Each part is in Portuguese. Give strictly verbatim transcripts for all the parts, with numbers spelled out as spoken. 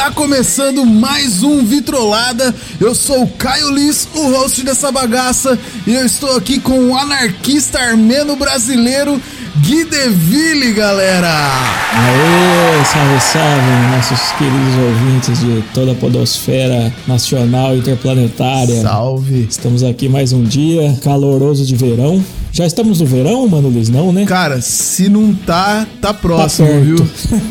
Está começando mais um Vitrolada. Eu sou o Caio Liz, o host dessa bagaça, e eu estou aqui com o anarquista armeno brasileiro Gui Deville, galera! Aê, salve, salve, nossos queridos ouvintes de toda a podosfera nacional e interplanetária. Salve! Estamos aqui mais um dia caloroso de verão. Já estamos no verão, Mano Luiz, não, né? Cara, se não tá, tá próximo, tá viu?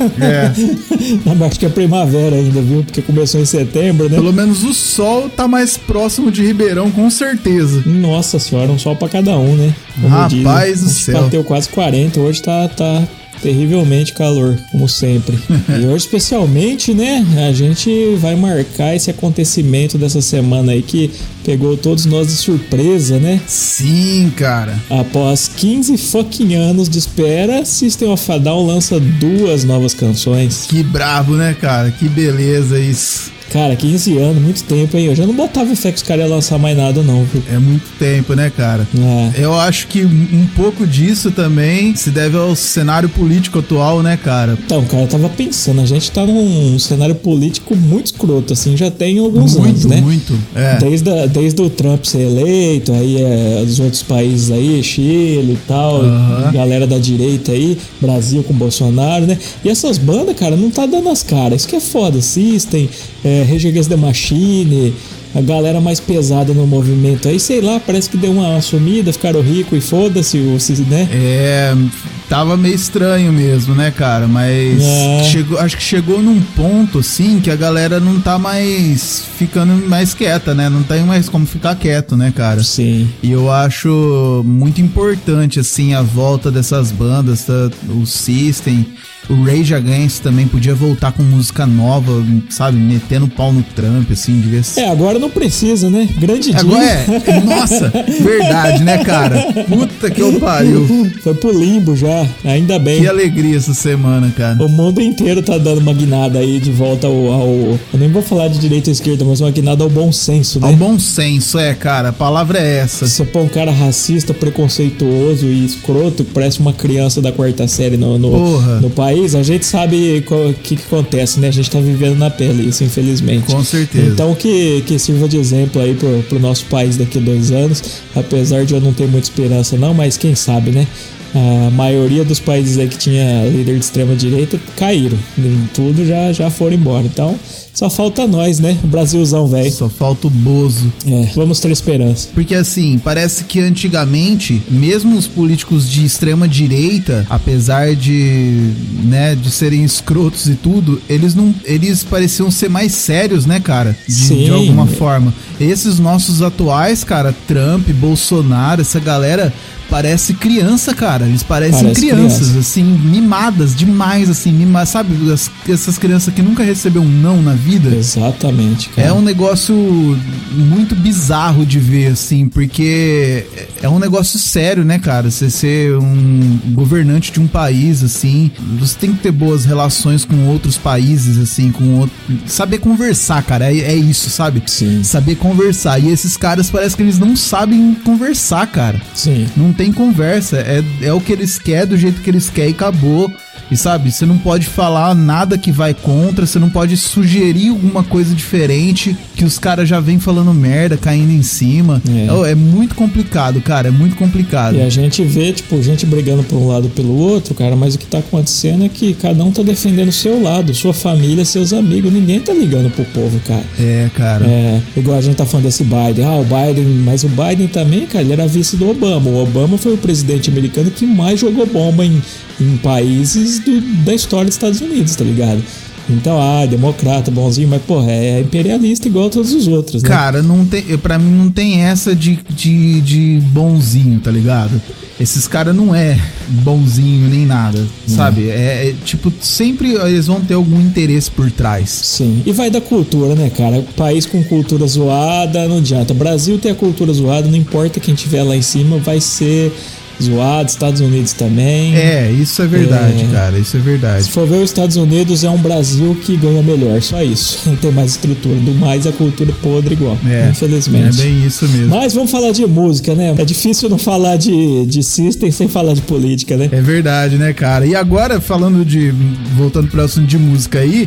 É. Não, acho que é primavera ainda, viu? Porque começou em setembro, né? Pelo menos o sol tá mais próximo de Ribeirão, com certeza. Nossa senhora, um sol pra cada um, né? Como Rapaz diz, do céu. Bateu quase quarenta, hoje tá... tá... terrivelmente calor, como sempre. E hoje, especialmente, né, a gente vai marcar esse acontecimento dessa semana aí que pegou todos nós de surpresa, né? Sim, cara. Após quinze fucking anos de espera, System of a Down lança duas novas canções. Que brabo, né, cara? Que beleza isso. Cara, quinze anos, muito tempo, hein? Eu já não botava fé que os caras iam lançar mais nada, não, viu? É muito tempo, né, cara? É. Eu acho que um pouco disso também se deve ao cenário político atual, né, cara? Então, cara, eu tava pensando, a gente tá num cenário político muito escroto, assim, já tem alguns muito, anos, né? Muito, muito, é. Desde, a, desde o Trump ser eleito, aí é, os outros países aí, Chile e tal, uhum. Galera da direita aí, Brasil com Bolsonaro, né? E essas bandas, cara, não tá dando as caras, isso que é foda, System... É, Rage Against the Machine, a galera mais pesada no movimento aí, sei lá, parece que deu uma sumida, ficaram ricos e foda-se, né? É, tava meio estranho mesmo, né, cara, mas é. chegou, acho que chegou num ponto, assim, que a galera não tá mais ficando mais quieta, né, não tem mais como ficar quieto, né, cara? Sim. E eu acho muito importante, assim, a volta dessas bandas, tá, o System... O Rage Against também podia voltar com música nova, sabe? Metendo pau no Trump, assim, devia ser... É, agora não precisa, né? Grande dia. Agora é. Nossa, verdade, né, cara? Puta que eu pariu. Foi pro limbo já, ainda bem. Que alegria essa semana, cara. O mundo inteiro tá dando uma guinada aí de volta ao... ao eu nem vou falar de direita ou esquerda, mas uma guinada ao bom senso, né? Ao bom senso, é, cara. A palavra é essa. Se você pôr um cara racista, preconceituoso e escroto, que parece uma criança da quarta série no, no, no país, a gente sabe o que, que acontece, né? A gente tá vivendo na pele isso, infelizmente. Com certeza. Então que, que sirva de exemplo aí pro, pro nosso país daqui a dois anos, apesar de eu não ter muita esperança não, mas quem sabe, né? A maioria dos países aí que tinha líder de extrema direita caíram, tudo já, já foram embora, então só falta nós, né? O Brasilzão, velho. Só falta o Bozo. É, vamos ter esperança. Porque assim, parece que antigamente, mesmo os políticos de extrema direita, apesar de, né, de serem escrotos e tudo, eles não, eles pareciam ser mais sérios, né, cara? De, Sim. de alguma forma. Esses nossos atuais, cara, Trump, Bolsonaro, essa galera... Parece criança, cara. Eles parecem Parece crianças, criança. assim, mimadas demais, assim, mimadas. Sabe, as, essas crianças que nunca recebeu um não na vida? Exatamente, cara. É um negócio muito bizarro de ver, assim, porque é um negócio sério, né, cara? Você ser um governante de um país, assim, você tem que ter boas relações com outros países, assim, com outro... Saber conversar, cara, é, é isso, sabe? Sim. Saber conversar. E esses caras parece que eles não sabem conversar, cara. Sim. Não tem conversa, é, é o que eles querem, do jeito que eles querem e acabou. E sabe, você não pode falar nada que vai contra, você não pode sugerir alguma coisa diferente, que os caras já vêm falando merda, caindo em cima. É. é muito complicado, cara, é muito complicado. E a gente vê, tipo, gente brigando por um lado e pelo outro, cara, mas o que tá acontecendo é que cada um tá defendendo o seu lado, sua família, seus amigos, ninguém tá ligando pro povo, cara. É, cara. É, igual a gente tá falando desse Biden, ah, o Biden, mas o Biden também, cara, ele era vice do Obama. O Obama foi o presidente americano que mais jogou bomba em, em países do, da história dos Estados Unidos, tá ligado? Então, ah, democrata, bonzinho, mas, porra, é imperialista igual a todos os outros, né? Cara, não tem, pra mim não tem essa de, de, de bonzinho, tá ligado? Esses caras não é bonzinho nem nada, hum. sabe? É, é, tipo, sempre eles vão ter algum interesse por trás. Sim, e vai da cultura, né, cara? País com cultura zoada, não adianta. Brasil tem a cultura zoada, não importa quem tiver lá em cima, vai ser... zoado, Estados Unidos também. É, isso é verdade, é, cara, isso é verdade. Se for ver, os Estados Unidos é um Brasil que ganha melhor, só isso. Não tem mais estrutura, do mais a cultura podre igual, é, infelizmente. É bem isso mesmo. Mas vamos falar de música, né? É difícil não falar de, de System sem falar de política, né? É verdade, né, cara? E agora, falando de... voltando pro assunto de música aí,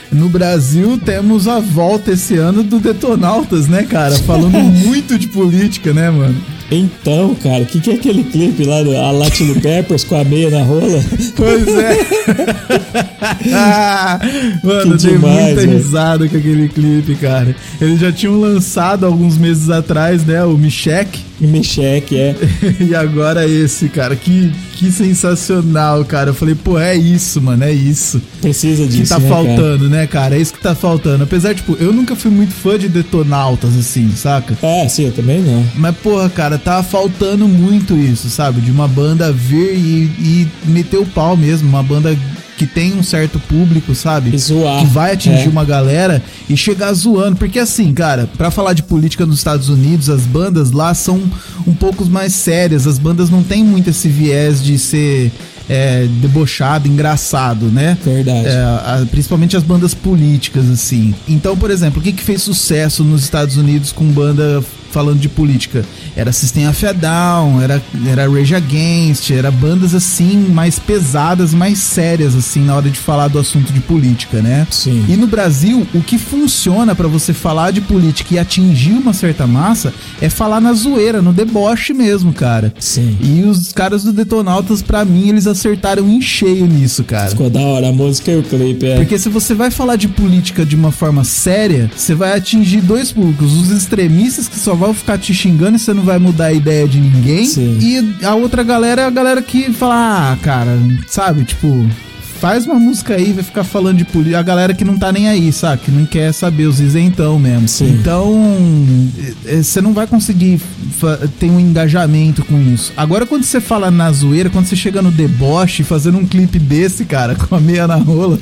No Brasil, temos a volta esse ano do Detonautas, né, cara? Falando muito de política, né, mano? Então, cara, o que, que é aquele clipe lá do a La Chili Peppers com a meia na rola? Pois é. Mano, Que dei demais, muita velho. risada com aquele clipe, cara. Eles já tinham lançado alguns meses atrás, né, o Michek. Me cheque, é. E agora esse, cara. Que, que sensacional, cara. Eu falei, pô, é isso, mano, é isso. Precisa disso, Que tá né, faltando, cara? né, cara? É isso que tá faltando. Apesar, tipo, eu nunca fui muito fã de Detonautas, assim, saca? É, sim, eu também não. Mas, porra, cara, tá faltando muito isso, sabe? De uma banda vir e, e meter o pau mesmo. Uma banda que tem um certo público, sabe? E zoar. Que vai atingir é. uma galera e chegar zoando. Porque assim, cara, pra falar de política nos Estados Unidos, as bandas lá são um pouco mais sérias. As bandas não tem muito esse viés de ser é, debochado, engraçado, né? Verdade. É, a, principalmente as bandas políticas, assim. Então, por exemplo, o que que fez sucesso nos Estados Unidos com banda falando de política? Era System of a Down, era, era Rage Against, era bandas assim, mais pesadas, mais sérias, assim, na hora de falar do assunto de política, né? Sim. E no Brasil, o que funciona pra você falar de política e atingir uma certa massa é falar na zoeira, no deboche mesmo, cara. Sim. E os caras do Detonautas, pra mim, eles acertaram em cheio nisso, cara. Ficou da hora a música e o clipe, é. Porque se você vai falar de política de uma forma séria, você vai atingir dois públicos. Os extremistas que só vão ficar te xingando e você não vai mudar a ideia de ninguém. Sim. E a outra galera é a galera que fala, ah, cara, sabe, tipo... Faz uma música aí, vai ficar falando de política. A galera que não tá nem aí, sabe? Que não quer saber, os isentão mesmo. Sim. Então, você não vai conseguir ter um engajamento com isso. Agora, quando você fala na zoeira, quando você chega no deboche, fazendo um clipe desse, cara, com a meia na rola,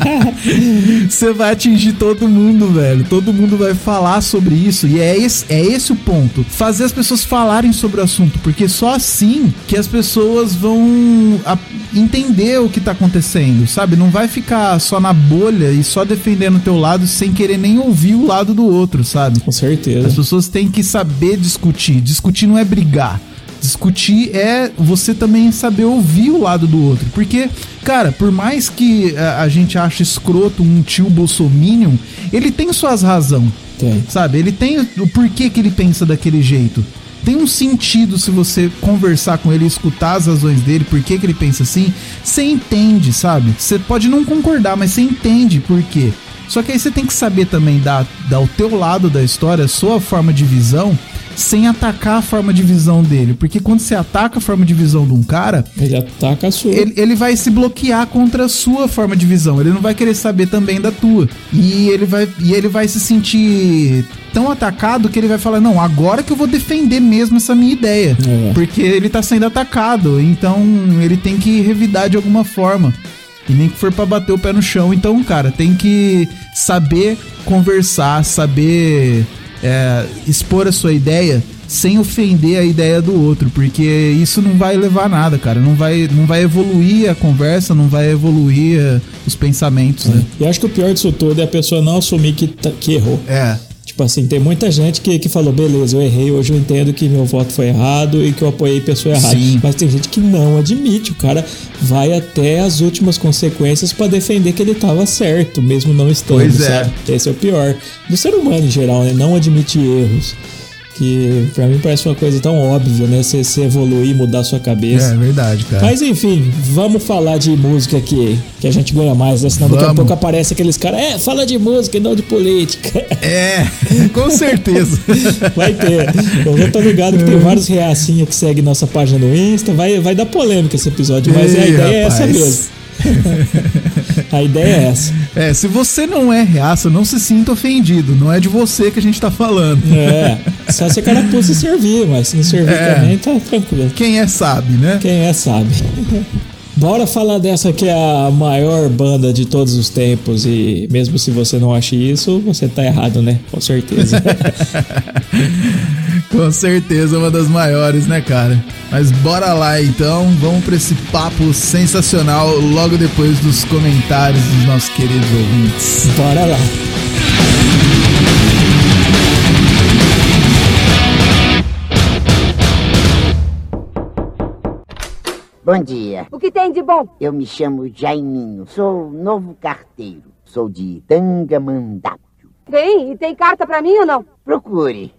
você vai atingir todo mundo, velho. Todo mundo vai falar sobre isso. E é esse, é esse o ponto. Fazer as pessoas falarem sobre o assunto. Porque só assim que as pessoas vão a, entender o que tá acontecendo. Sabe, não vai ficar só na bolha e só defendendo o teu lado sem querer nem ouvir o lado do outro, sabe? Com certeza. As pessoas têm que saber discutir. Discutir não é brigar. Discutir é você também saber ouvir o lado do outro. Porque, cara, por mais que a, a gente ache escroto um tio bolsominion, ele tem suas razões. Tem. Sabe? Ele tem o porquê que ele pensa daquele jeito. Tem um sentido se você conversar com ele, escutar as razões dele, por que que ele pensa assim, você entende, sabe? Você pode não concordar, mas você entende por quê. Só que aí você tem que saber também dar, dar o teu lado da história, a sua forma de visão, sem atacar a forma de visão dele. Porque quando você ataca a forma de visão de um cara, ele ataca a sua. Ele, ele vai se bloquear contra a sua forma de visão. Ele não vai querer saber também da tua. E ele vai, e ele vai se sentir tão atacado que ele vai falar, não, agora que eu vou defender mesmo essa minha ideia. É. Porque ele tá sendo atacado. Então ele tem que revidar de alguma forma. E nem que for pra bater o pé no chão. Então, cara, tem que saber conversar, saber... É, expor a sua ideia sem ofender a ideia do outro, porque isso não vai levar a nada, cara. Não vai, não vai evoluir a conversa, não vai evoluir uh, os pensamentos, é. né? E acho que o pior disso tudo é a pessoa não assumir que, tá, que errou. É. Tipo assim, tem muita gente que, que falou, beleza, eu errei, hoje eu entendo que meu voto foi errado e que eu apoiei a pessoa errada. Sim. Mas tem gente que não admite, o cara vai até as últimas consequências pra defender que ele tava certo, mesmo não estando, pois sabe? É. Esse é o pior. Do ser humano em geral, né? Não admitir erros. Que pra mim parece uma coisa tão óbvia, né? Você, você evoluir, mudar sua cabeça. É verdade, cara. Mas enfim, vamos falar de música aqui, que a gente ganha mais, né? Senão vamos. Daqui a pouco aparece aqueles caras, é, fala de música e não de política. É, com certeza. Vai ter. Eu já tô ligado que tem vários reacinha que seguem nossa página no Insta. Vai, vai dar polêmica esse episódio, mas Ei, a ideia rapaz. é essa mesmo. A ideia é essa. É, se você não é reaça, não se sinta ofendido. Não é de você que a gente tá falando. É, só se a carapuça servir, mas se não servir é. também, tá tranquilo. Quem é sabe, né? Quem é sabe. Bora falar dessa que é a maior banda de todos os tempos. E mesmo se você não acha isso, você tá errado, né? Com certeza. Com certeza, uma das maiores, né, cara? Mas bora lá, então. Vamos pra esse papo sensacional logo depois dos comentários dos nossos queridos ouvintes. Bora lá. Bom dia. O que tem de bom? Eu me chamo Jaiminho, sou o novo carteiro. Sou de Tangamandápio. Tem? E tem carta pra mim ou não? Procure.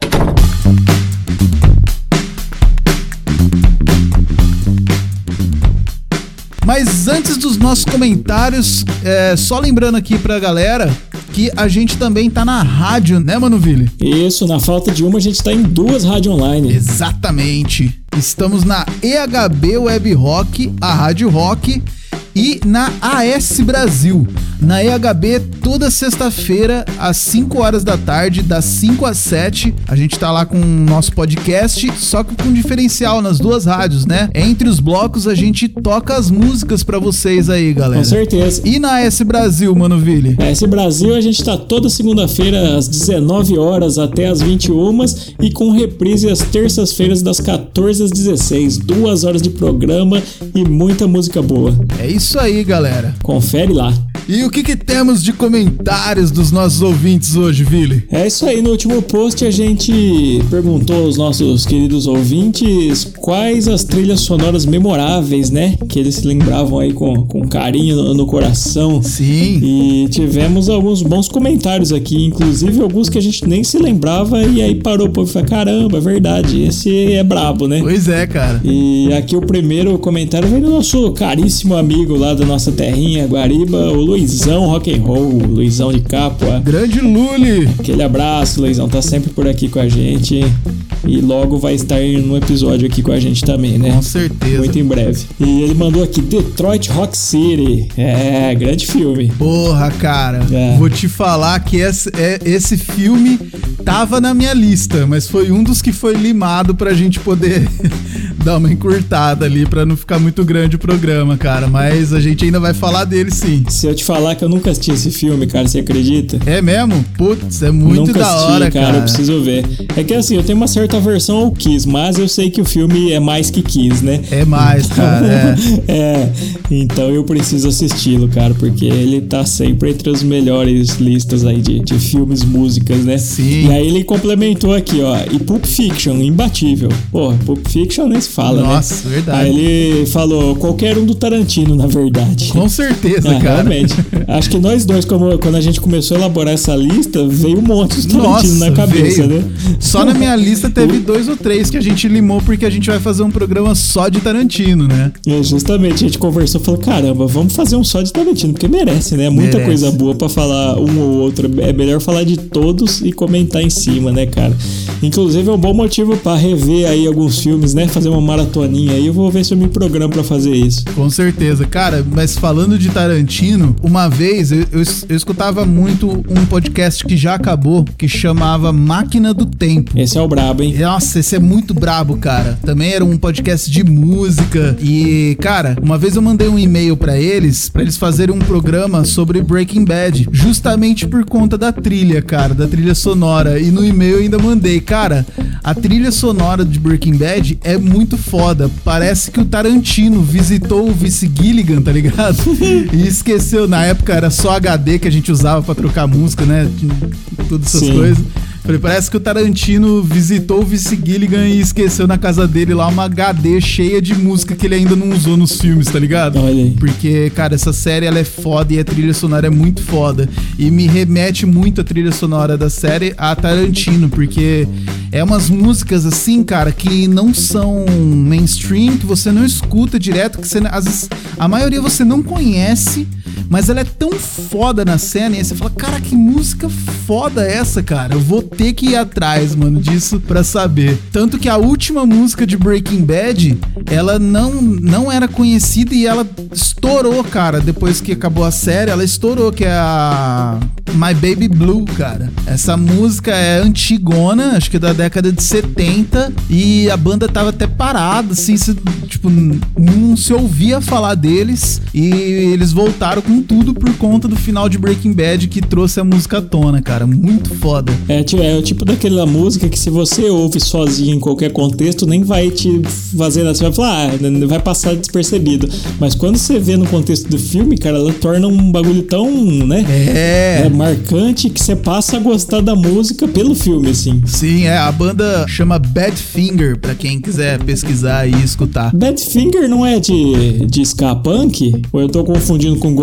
Mas antes dos nossos comentários, é, só lembrando aqui pra galera que a gente também tá na rádio, né, Mano Vili? Isso, na falta de uma, a gente tá em duas rádios online. Exatamente. Estamos na E H B Web Rock, a Rádio Rock, e na A S Brasil. Na E H B, toda sexta-feira, às cinco horas da tarde, das cinco às sete, a gente tá lá com o nosso podcast, só que com diferencial nas duas rádios, né? Entre os blocos, a gente toca as músicas pra vocês aí, galera. Com certeza. E na A S Brasil, Mano Vili? A S Brasil, a gente tá toda segunda-feira, às dezenove horas até às vinte e uma, e com reprise às terças-feiras, das quatorze às dezesseis. Duas horas de programa e muita música boa. É isso aí, galera. Confere lá. E o que que temos de comentários dos nossos ouvintes hoje, Vili? É isso aí, no último post a gente perguntou aos nossos queridos ouvintes quais as trilhas sonoras memoráveis, né? Que eles se lembravam aí com, com carinho no, no coração. Sim. E tivemos alguns bons comentários aqui, inclusive alguns que a gente nem se lembrava e aí parou pra falar, caramba, é verdade, esse é brabo, né? Pois é, cara. E aqui o primeiro comentário vem do nosso caríssimo amigo lá da nossa terrinha, Guariba, o Luizão Rock and Roll, Luizão de Capua. Grande Luli! Aquele abraço, Luizão, tá sempre por aqui com a gente e logo vai estar no episódio aqui com a gente também, né? Com certeza. Muito em breve. E ele mandou aqui Detroit Rock City. É, grande filme. Porra, cara, É. vou te falar que esse, é, esse filme tava na minha lista, mas foi um dos que foi limado pra gente poder dar uma encurtada ali, pra não ficar muito grande o programa, cara. Mas a gente ainda vai falar dele, sim. Se eu te falar que eu nunca assisti esse filme, cara, você acredita? É mesmo? Putz, é muito Nunca da assisti, hora, cara. Eu preciso ver. É que assim, eu tenho uma certa aversão ao Kiss, mas eu sei que o filme é mais que Kiss, né? É mais, cara, é. É, então eu preciso assisti-lo, cara, porque ele tá sempre entre as melhores listas aí de, de filmes, músicas, né? Sim. E aí ele complementou aqui, ó, e Pulp Fiction, imbatível. Pô, Pulp Fiction nem se fala, Nossa, né? verdade. Aí ele falou, qualquer um do Tarantino, na verdade. Com certeza, Ah, cara. realmente. Acho que nós dois, como, quando a gente começou a elaborar essa lista, veio um monte de Tarantino Nossa, na cabeça, veio. né? Só na minha lista teve dois ou três que a gente limou porque a gente vai fazer um programa só de Tarantino, né? É, justamente, a gente conversou e falou, caramba, vamos fazer um só de Tarantino, porque merece, né? Muita Merece. coisa boa pra falar um ou outro. É melhor falar de todos e comentar em cima, né, cara? Inclusive é um bom motivo pra rever aí alguns filmes, né? Fazer uma maratoninha aí. Eu vou ver se eu me programo pra fazer isso. Com certeza. Cara, mas falando de Tarantino, uma vez eu, eu, eu escutava muito um podcast que já acabou, que chamava Máquina do Tempo. Esse é o brabo, hein? Nossa, esse é muito brabo, cara. Também era um podcast de música. E, cara, uma vez eu mandei um e-mail pra eles, pra eles fazerem um programa sobre Breaking Bad, justamente por conta da trilha, cara, da trilha sonora. E no e-mail eu ainda mandei, cara, a trilha sonora de Breaking Bad é muito foda. Parece que o Tarantino visitou o Vince Gilligan, tá ligado? E esqueceu, na época era só H D que a gente usava pra trocar música, né? Todas essas Sim. coisas. Falei, parece que o Tarantino visitou o Vince Gilligan e esqueceu na casa dele lá uma H D cheia de música que ele ainda não usou nos filmes, tá ligado? Olha aí. Porque, cara, essa série ela é foda e a trilha sonora é muito foda. E me remete muito a trilha sonora da série a Tarantino, porque é umas músicas assim, cara, que não são mainstream, que você não escuta direto, que você, às vezes, a maioria você não conhece, mas ela é tão foda na cena, e aí você fala, cara, que música foda é essa, cara? Eu vou ter que ir atrás, mano, disso pra saber. Tanto que a última música de Breaking Bad, ela não, não era conhecida e ela estourou, cara, depois que acabou a série, ela estourou, que é a My Baby Blue, cara. Essa música é antigona, acho que é da década de setenta, e a banda tava até parada, assim, se, tipo, não se ouvia falar deles, e eles voltaram com tudo por conta do final de Breaking Bad que trouxe a música à tona, cara. Muito foda. É, tipo, é o tipo daquela música que se você ouve sozinho em qualquer contexto, nem vai te fazer nada. Você vai falar, ah, vai passar despercebido. Mas quando você vê no contexto do filme, cara, ela torna um bagulho tão, né? É. É marcante que você passa a gostar da música pelo filme, assim. Sim, é. A banda chama Badfinger, pra quem quiser pesquisar e escutar. Badfinger não é de, de ska punk? Ou eu tô confundindo com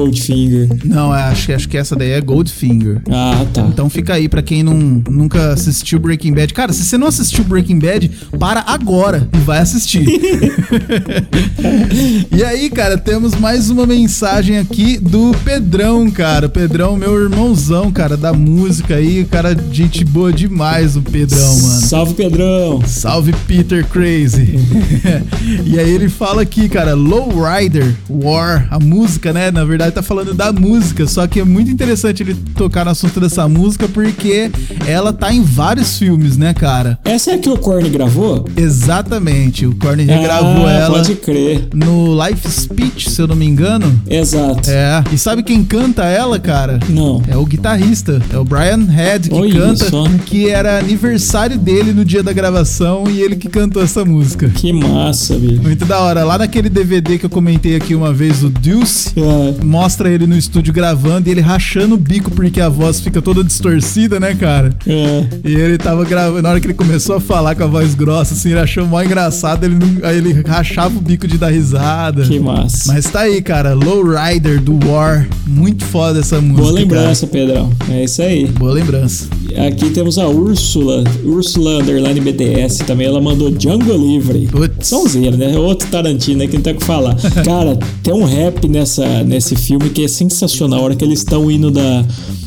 Goldfinger? Não, acho, acho que essa daí é Goldfinger. Ah, tá. Então fica aí pra quem não, nunca assistiu Breaking Bad. Cara, se você não assistiu Breaking Bad, para agora e vai assistir. E aí, cara, temos mais uma mensagem aqui do Pedrão, cara. Pedrão, meu irmãozão, cara, da música aí. Cara, gente boa demais, o Pedrão, mano. Salve, Pedrão. Salve, Peter Crazy. E aí ele fala aqui, cara, Lowrider War, a música, né? Na verdade tá falando da música, só que é muito interessante ele tocar no assunto dessa música porque ela tá em vários filmes, né, cara? Essa é a que o Korn gravou? Exatamente, o Korn regravou ah, ela pode crer. no Life Speech, se eu não me engano. Exato. É, e sabe quem canta ela, cara? Não. É o guitarrista, é o Brian Head que Olha canta, só. que era aniversário dele no dia da gravação e ele que cantou essa música. Que massa, bicho. Muito da hora. Lá naquele D V D que eu comentei aqui uma vez, o Deuce, É. mostra ele no estúdio gravando e ele rachando o bico porque a voz fica toda distorcida, né, cara? É. E ele tava gravando, na hora que ele começou a falar com a voz grossa, assim, ele achou mó engraçado, ele não, aí ele rachava o bico de dar risada. Que massa. Mas tá aí, cara, Lowrider do War, muito foda essa música. Boa lembrança, Pedrão. É isso aí. Cara. Boa lembrança. Aqui temos a Úrsula, Úrsula Underline B T S também, ela mandou Django Livre. Putz. Sonzeira, né? Outro Tarantino aí que não tem o que falar. Cara, tem um rap nessa, nesse filme que é sensacional. A hora que eles estão indo da...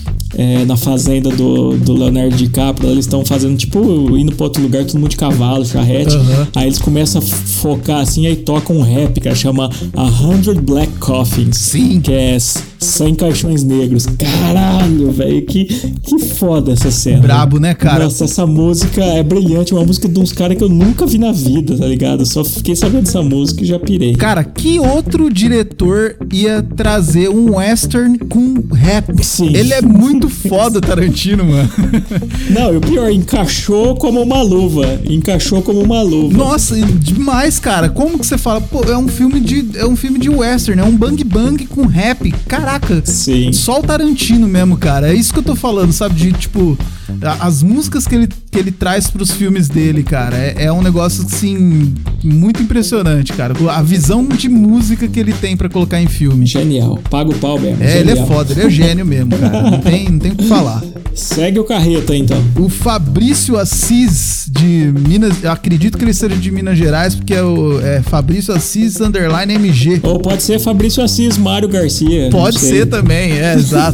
É, na fazenda do, do Leonardo DiCaprio, eles estão fazendo, tipo, indo pra outro lugar, todo mundo de cavalo, charrete. Uhum. Aí eles começam a focar assim, aí tocam um rap, cara, chama A Hundred Black Coffins. Sim. Que é cem caixões negros. Caralho, velho, que, que foda essa cena. Brabo, né, cara? Nossa, essa música é brilhante, uma música de uns caras que eu nunca vi na vida, tá ligado? Eu só fiquei sabendo dessa música e já pirei. Cara, que outro diretor ia trazer um western com rap? Sim. Ele é muito foda, Tarantino, mano. Não, e o pior, encaixou como uma luva. Encaixou como uma luva. Nossa, demais, cara. Como que você fala? Pô, é um filme de, é um filme de western, é um bang bang com rap. Caraca. Sim. Só o Tarantino mesmo, cara. É isso que eu tô falando, sabe? De, tipo, a- as músicas que ele, que ele traz pros filmes dele, cara. É, é um negócio, assim, muito impressionante, cara. A visão de música que ele tem pra colocar em filme. Genial. Paga o pau mesmo. É, ele é Genial. foda, ele é gênio mesmo, cara. Não tem, não tem o que falar. Segue o carreta, então. O Fabrício Assis de Minas, eu acredito que ele seja de Minas Gerais, porque é o é Fabrício Assis underline M G. Ou pode ser Fabrício Assis, Mário Garcia. Pode não sei. ser também, é, exato.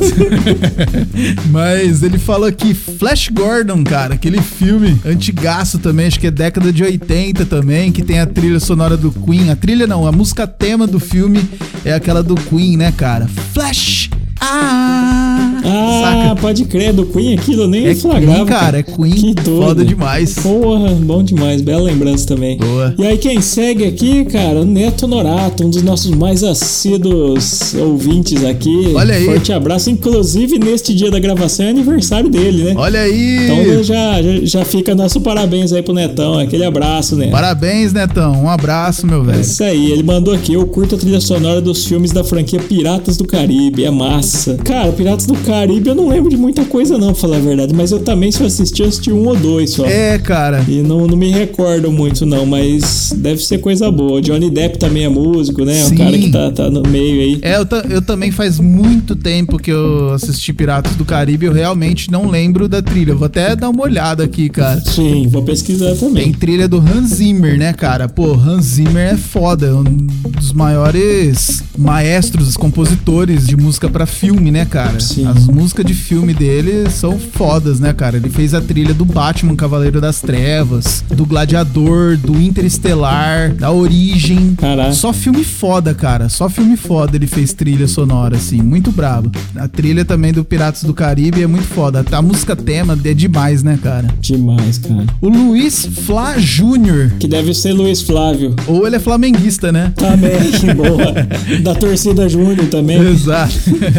Mas ele falou aqui, Flash Gordon, cara, aquele filme antigaço também, acho que é década de oitenta também, que tem a trilha sonora do Queen. A trilha não, a música tema do filme é aquela do Queen, né, cara? Flash! Ah! Ah, Saca? pode crer, do Queen aquilo eu nem É flagrava. Queen, cara, é Queen, Que doido. foda demais. Porra, bom demais, bela lembrança também. Boa. E aí quem segue aqui, cara, o Neto Norato, um dos nossos mais assíduos ouvintes aqui. Olha aí. Forte abraço, inclusive neste dia da gravação é aniversário dele, né? Olha aí! Então já, já, já fica nosso parabéns aí pro Netão, aquele abraço, né? Parabéns, Netão. Um abraço, meu É velho. isso aí, ele mandou aqui, eu curto a trilha sonora dos filmes da franquia Piratas do Caribe, é massa. Cara, Piratas do Caribe eu não lembro de muita coisa não, pra falar a verdade, mas eu também se eu assistir, eu assisti um ou dois só. É, cara. E não, não me recordo muito não, mas deve ser coisa boa. O Johnny Depp também é músico, né? Sim. O cara que tá, tá no meio aí. É, eu, ta- eu também faz muito tempo que eu assisti Piratas do Caribe, eu realmente não lembro da trilha. Eu vou até dar uma olhada aqui, cara. Sim, vou pesquisar Tem também. trilha do Hans Zimmer, né, cara? Pô, Hans Zimmer é foda, é um dos maiores maestros, compositores de música pra filme, né, cara? Sim. As músicas de filme dele são fodas, né, cara? Ele fez a trilha do Batman, Cavaleiro das Trevas, do Gladiador, do Interestelar, da Origem. Caraca. Só filme foda, cara. Só filme foda ele fez trilha sonora, assim, muito brabo. A trilha também do Piratas do Caribe é muito foda. A música tema é demais, né, cara? Demais, cara. O Luiz Flá Júnior, Que deve ser Luiz Flávio. ou ele é flamenguista, né? Também, boa. Da torcida Júnior também. Exato.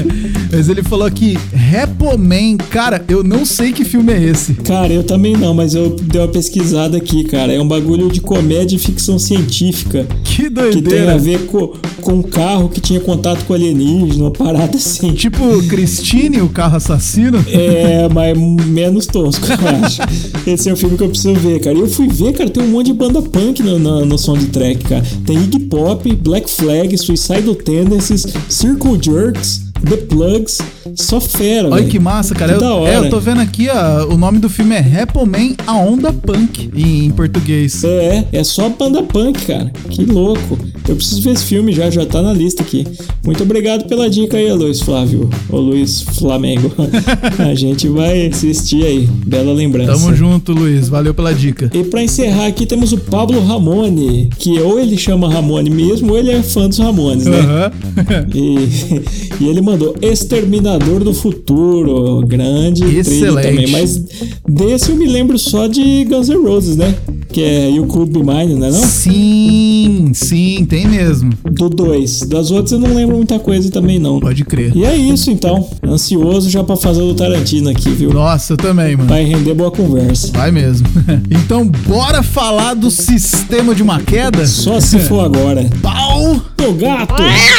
Mas ele falou aqui, Repoman. Cara, eu não sei que filme é esse. Cara, eu também não, mas eu dei uma pesquisada aqui, cara. É um bagulho de comédia e ficção científica. Que doideira. Que tem a ver com, com um carro que tinha contato com alienígena, uma parada assim. Tipo Christine, o carro assassino? É, mas menos tosco, eu acho. Esse é o filme que eu preciso ver, cara. E eu fui ver, cara, tem um monte de banda punk no, no, no soundtrack, cara. Tem Iggy Pop, Black Flag, Suicidal Tendencies, Circle Jerks, The Plugs, só fera, Olha véio. que massa, cara. Que eu, da hora. É, eu tô vendo aqui, ó, o nome do filme é Repoman, a onda punk, em, em português. É, é só banda punk, cara. Que louco. Eu preciso ver esse filme já, já tá na lista aqui. Muito obrigado pela dica aí, Luiz Flávio. Ou Luiz Flamengo. A gente vai assistir aí. Bela lembrança. Tamo junto, Luiz. Valeu pela dica. E pra encerrar aqui temos o Pablo Ramone, que ou ele chama Ramone mesmo, ou ele é fã dos Ramones, né? Uhum. E, e ele mandou Exterminador do Futuro. Grande trilha também. Mas desse eu me lembro só de Guns N' Roses, né? Que é You Could Be Mine, não é não? Sim, sim, tem mesmo. Do dois. Das outras eu não lembro muita coisa também, não. Pode crer. E é isso, então. Ansioso já pra fazer o do Tarantino aqui, viu? Nossa, eu também, mano. Vai render boa conversa. Vai mesmo. Então, bora falar do sistema de uma queda? Só se for agora. Pau! Meu gato!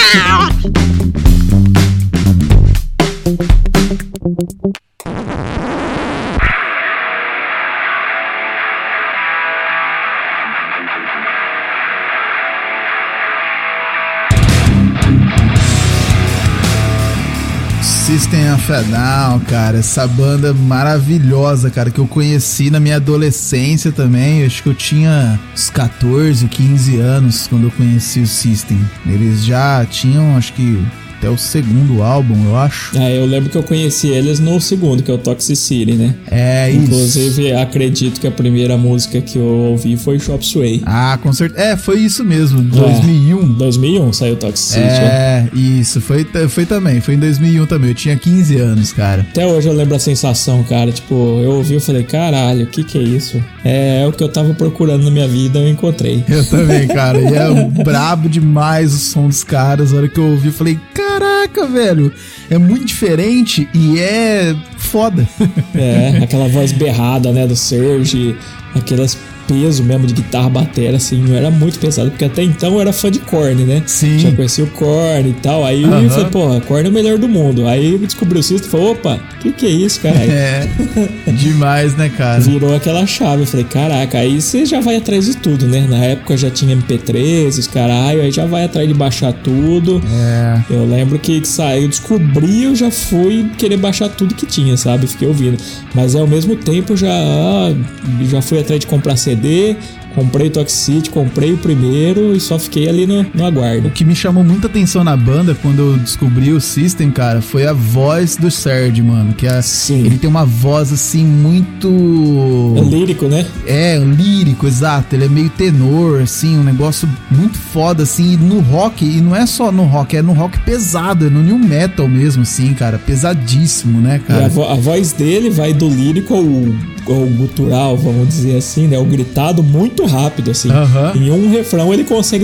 System of a Down, cara, essa banda maravilhosa, cara, que eu conheci na minha adolescência também. Eu acho que eu tinha uns catorze, quinze anos quando eu conheci o System. Eles já tinham, acho que até o segundo álbum, eu acho. Ah, eu lembro que eu conheci eles no segundo, que é o Toxicity, né? É isso. Inclusive, acredito que a primeira música que eu ouvi foi Chop Suey. Ah, com certeza. É, foi isso mesmo, dois mil e um. dois mil e um saiu Toxicity. É, isso, foi, foi também, foi em dois mil e um também, eu tinha quinze anos, cara. Até hoje eu lembro a sensação, cara, tipo, eu ouvi e falei, caralho, o que que é isso? É, é o que eu tava procurando na minha vida, eu encontrei. Eu também, cara, e é brabo demais o som dos caras. A hora que eu ouvi, eu falei, caraca, velho, é muito diferente e é foda. É, aquela voz berrada, né, do Serge, aquelas peso mesmo de guitarra, batera, assim, não era muito pesado, porque até então eu era fã de Korn, né? Sim. Já conheci o Korn e tal, aí Uhum. eu falei, pô, Korn é o melhor do mundo. Aí eu descobri o System e falei, opa, que que é isso, cara? É, demais, né, cara? Virou aquela chave, eu falei, caraca, aí você já vai atrás de tudo, né? Na época já tinha M P três, os caralho, aí já vai atrás de baixar tudo. É. Eu lembro que saiu, eu descobri, eu já fui querer baixar tudo que tinha, sabe? Fiquei ouvindo. Mas ao mesmo tempo já, já fui atrás de comprar C D, comprei o Toxicity, comprei o primeiro e só fiquei ali no, no aguardo. O que me chamou muita atenção na banda quando eu descobri o System, cara, foi a voz do Serge, mano. Que é, Sim. Ele tem uma voz assim muito. É lírico, né? É, lírico, exato. Ele é meio tenor, assim, um negócio muito foda, assim. E no rock, e não é só no rock, é no rock pesado, é no new metal mesmo, assim, cara. Pesadíssimo, né, cara? E a, vo- a voz dele vai do lírico ao, ao gutural, vamos dizer assim, né? O gritado muito rápido, assim. Aham. Em um refrão ele consegue.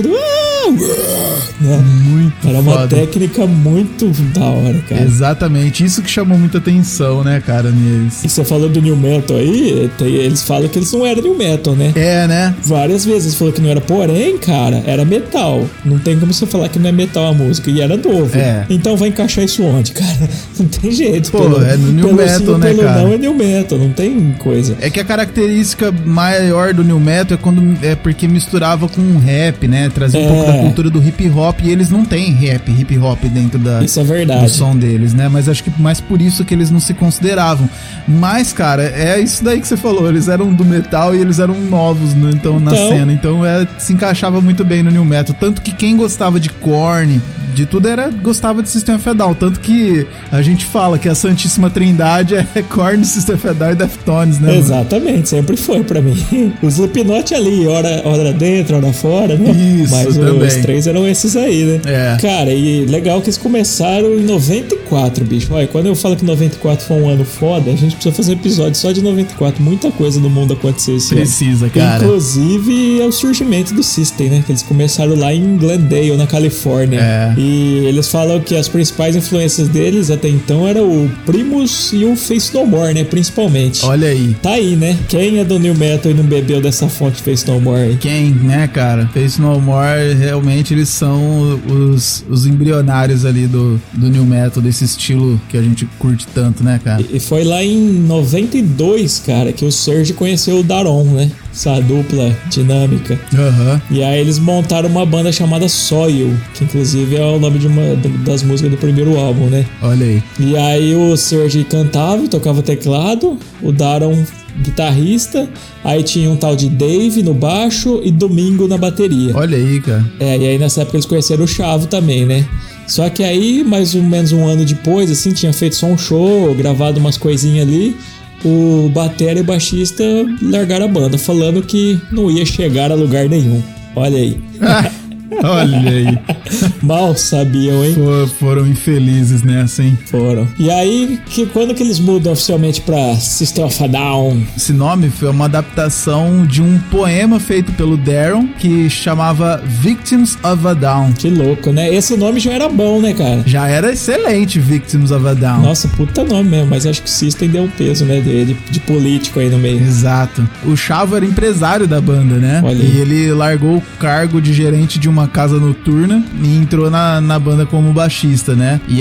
Né? Muito Era uma foda. técnica muito da hora, cara. Exatamente, isso que chamou muita atenção, né, cara, neles. E você falou do New Metal aí, tem- eles falam que eles não eram New Metal, né? É, né? Várias vezes eles falaram que não era, porém, cara, era metal. Não tem como você falar que não é metal a música. E era novo. É. Então vai encaixar isso onde, cara? Não tem jeito. Pô, é no new pelo metal, sim ou né, pelo cara? não é New Metal, não tem coisa. É que a característica maior do new metal é quando é porque misturava com rap, né? Trazia um É. pouco da cultura do hip hop e eles não têm rap, hip hop dentro da, Isso é do verdade. som deles, né? Mas acho que mais por isso que eles não se consideravam. Mas, cara, é isso daí que você falou. Eles eram do metal e eles eram novos, né? então, na Então- cena. Então é, se encaixava muito bem no new metal. Tanto que quem gostava de Korn, de tudo, era gostava de System of a Down. Tanto que a gente fala que a Santíssima Trindade é Korn, System of a Down e Deftones, né? mano? Exatamente, sempre foi pra mim. O Slipknot ali, hora, hora dentro, hora fora, né? Isso, Mas também. os três eram esses aí, né? É. Cara, e legal que eles começaram em noventa e quatro, bicho. Olha, quando eu falo que noventa e quatro foi um ano foda, a gente precisa fazer um episódio só de noventa e quatro. Muita coisa no mundo aconteceu esse ano. Precisa, cara. Inclusive, é o surgimento do System, né? Que eles começaram lá em Glendale, na Califórnia. É. E E eles falam que as principais influências deles até então eram o Primus e o Faith No More, né? Principalmente. Olha aí. Tá aí, né? Quem é do New Metal e não bebeu dessa fonte Faith No More aí? Quem, né, cara? Faith No More, realmente eles são os, os embrionários ali do, do New Metal, desse estilo que a gente curte tanto, né, cara? E foi lá em noventa e dois, cara, que o Serge conheceu o Daron, né? Essa dupla dinâmica. Aham. E aí eles montaram uma banda chamada Soil, que inclusive é o nome de uma das músicas do primeiro álbum, né? Olha aí. E aí o Serge cantava, tocava teclado, o Daron guitarrista, aí tinha um tal de Dave no baixo e Domingo na bateria. Olha aí, cara. É, e aí nessa época eles conheceram o Chavo também, né? Só que aí, mais ou menos um ano depois, assim, tinha feito só um show, gravado umas coisinhas ali, o batera e o baixista largaram a banda, falando que não ia chegar a lugar nenhum. Olha aí. Olha aí. Mal sabiam, hein? For, foram infelizes nessa, hein? Foram. E aí, que, quando que eles mudam oficialmente pra System of a Down? Esse nome foi uma adaptação de um poema feito pelo Daron que chamava Victims of a Down. Que louco, né? Esse nome já era bom, né, cara? Já era excelente, Victims of a Down. Nossa, puta nome mesmo, mas acho que o System deu um peso, né, de, de, de político aí no meio. Exato. O Chavo era empresário da banda, né? Olha aí. E ele largou o cargo de gerente de uma casa noturna e entrou na, na banda como baixista, né? E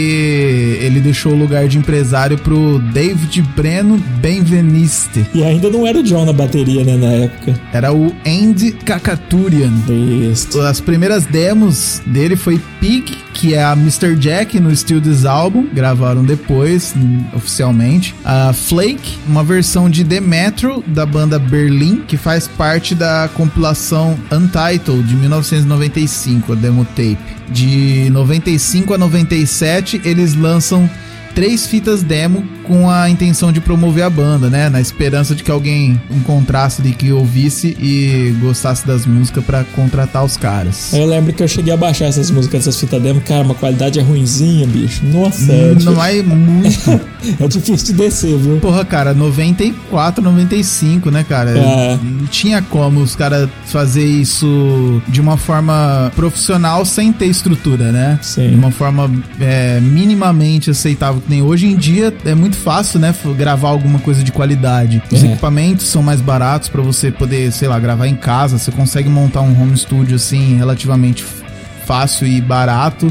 aí ele deixou o lugar de empresário pro David Breno Benveniste. E ainda não era o John na bateria, né, na época. Era o Andy Kakaturian. Isso. As primeiras demos dele foi Pig, que é a mister Jack no Still This Album, gravaram depois, oficialmente. A Flake, uma versão de The Metro, da banda Berlim, que faz parte da compilação Untitled, de mil novecentos e noventa e cinco, a demo tape. De noventa e cinco a noventa e sete, eles lançam três fitas demo com a intenção de promover a banda, né? Na esperança de que alguém encontrasse ali, que ouvisse e gostasse das músicas pra contratar os caras. Eu lembro que eu cheguei a baixar essas músicas dessas fitas demo, cara, uma qualidade é ruinzinha, bicho. Nossa, é Não é muito. é difícil de descer, viu? Porra, cara, noventa e quatro, noventa e cinco, né, cara? É. Não tinha como os caras fazer isso de uma forma profissional sem ter estrutura, né? Sim. De uma forma é, minimamente aceitável, que nem hoje em dia é muito fácil, né, gravar alguma coisa de qualidade. Os É. equipamentos são mais baratos pra você poder, sei lá, gravar em casa. Você consegue montar um home studio, assim, relativamente fácil e barato.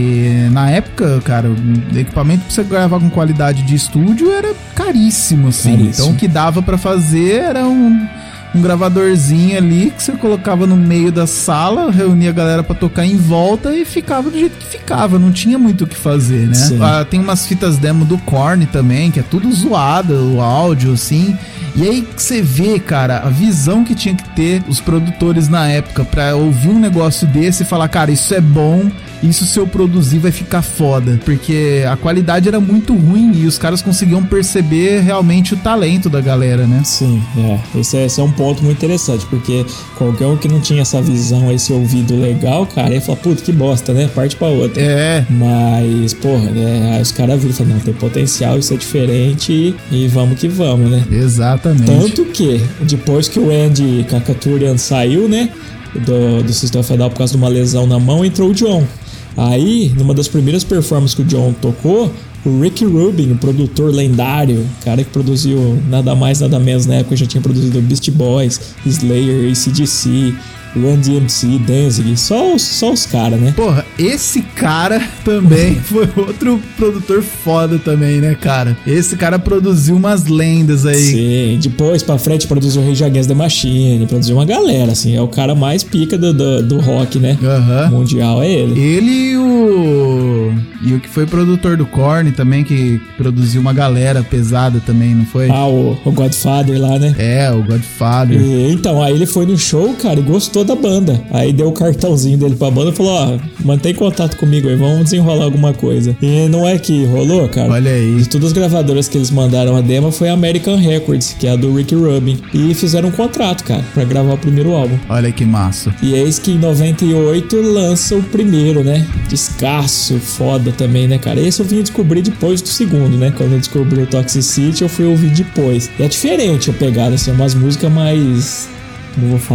E na época, cara, o equipamento pra você gravar com qualidade de estúdio era caríssimo, assim. Caríssimo. Então o que dava pra fazer era um, um gravadorzinho ali que você colocava no meio da sala, reunia a galera pra tocar em volta e ficava do jeito que ficava. Não tinha muito o que fazer, né? Sim. Ah, tem umas fitas demo do Korn também, que é tudo zoado, o áudio, assim. E aí que você vê, cara, a visão que tinha que ter os produtores na época pra ouvir um negócio desse e falar, cara, isso é bom, isso se eu produzir vai ficar foda. Porque a qualidade era muito ruim e os caras conseguiam perceber realmente o talento da galera, né? Sim, é. Esse é, esse é um ponto muito interessante, porque qualquer um que não tinha essa visão, esse ouvido legal, cara, ia falar, puta, que bosta, né? Parte pra outra. É. Mas, porra, né? Aí os caras viram e falaram, não, tem potencial, isso é diferente e, e vamos que vamos, né? Exatamente. Tanto que, depois que o Andy Kakaturian saiu, né, do, do System of a Down por causa de uma lesão na mão, entrou o John. Aí, numa das primeiras performances que o John tocou, o Rick Rubin, o produtor lendário, cara que produziu nada mais, nada menos na época, já tinha produzido Beastie Boys, Slayer, A C D C, Run D M C, Danzig, só os, só os caras, né? Porra, esse cara também foi outro produtor foda também, né, cara? Esse cara produziu umas lendas aí. Sim, depois pra frente produziu o Rage Against the Machine, produziu uma galera, assim, é o cara mais pica do, do, do rock, né? Aham. Mundial é ele. Ele e o... E o que foi produtor do Korn também, que produziu uma galera pesada também, não foi? Ah, o, o Godfather lá, né? É, o Godfather. E, então, aí ele foi no show, cara, e gostou da banda. Aí deu o cartãozinho dele pra banda e falou, ó, mantém contato comigo aí, vamos desenrolar alguma coisa. E não é que rolou, cara? Olha aí. De todas as gravadoras que eles mandaram a demo foi a American Records, que é a do Rick Rubin. E fizeram um contrato, cara, pra gravar o primeiro álbum. Olha que massa. E eis que em noventa e oito lança o primeiro, né? Descasso, foda também, né, cara? Esse eu vim descobrir depois do segundo, né? Quando eu descobri o Toxicity, eu fui ouvir depois. E é diferente a pegada, assim, umas músicas mais... Não vou falar...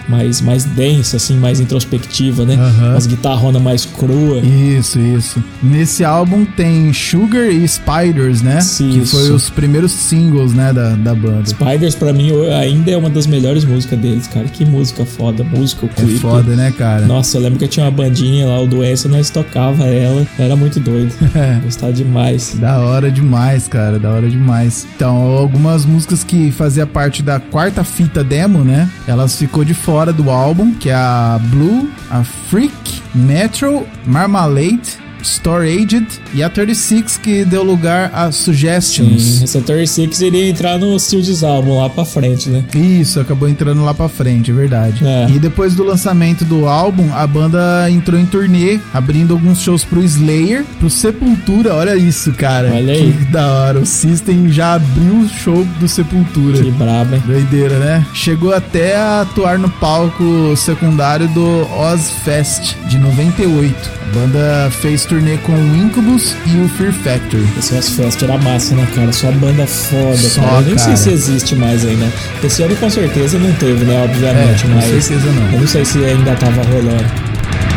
mais, mais densa, assim, mais introspectiva, né? Aham. Umas guitarrona mais crua. Isso, isso. Nesse álbum tem Sugar e Spiders, né? Sim, que isso. foi os primeiros singles, né, da, da banda. Spiders, pra mim, ainda é uma das melhores músicas deles, cara. Que música foda, música, o É clipe. foda, né, cara? Nossa, eu lembro que eu tinha uma bandinha lá, o Doença, nós tocava ela. Era muito doido. É. Gostava demais. Da hora demais, cara, da hora demais. Então, algumas músicas que fazia parte da quarta fita demo, né? Elas ficou de fora do álbum, que é a Blue, a Freak, Metro, Marmalade, Storaged e a trinta e seis, que deu lugar a Suggestions. Sim, essa trinta e seis iria entrar no Seals álbum lá pra frente, né? Isso, acabou entrando lá pra frente, é verdade. É. E depois do lançamento do álbum, a banda entrou em turnê, abrindo alguns shows pro Slayer, pro Sepultura, olha isso, cara. Olha aí. Que da hora, o System já abriu o show do Sepultura. Que brabo, hein? Doideira, né? Chegou até a atuar no palco secundário do Ozfest de noventa e oito. A banda fez turnê com o Incubus e o Fear Factory. Esse Ozfest era massa, né, cara? Só banda foda, Só, cara. Eu nem cara. sei se existe mais aí, né? Esse ano com certeza não teve, né? Obviamente, É, com mas certeza não. eu não sei se ainda tava rolando.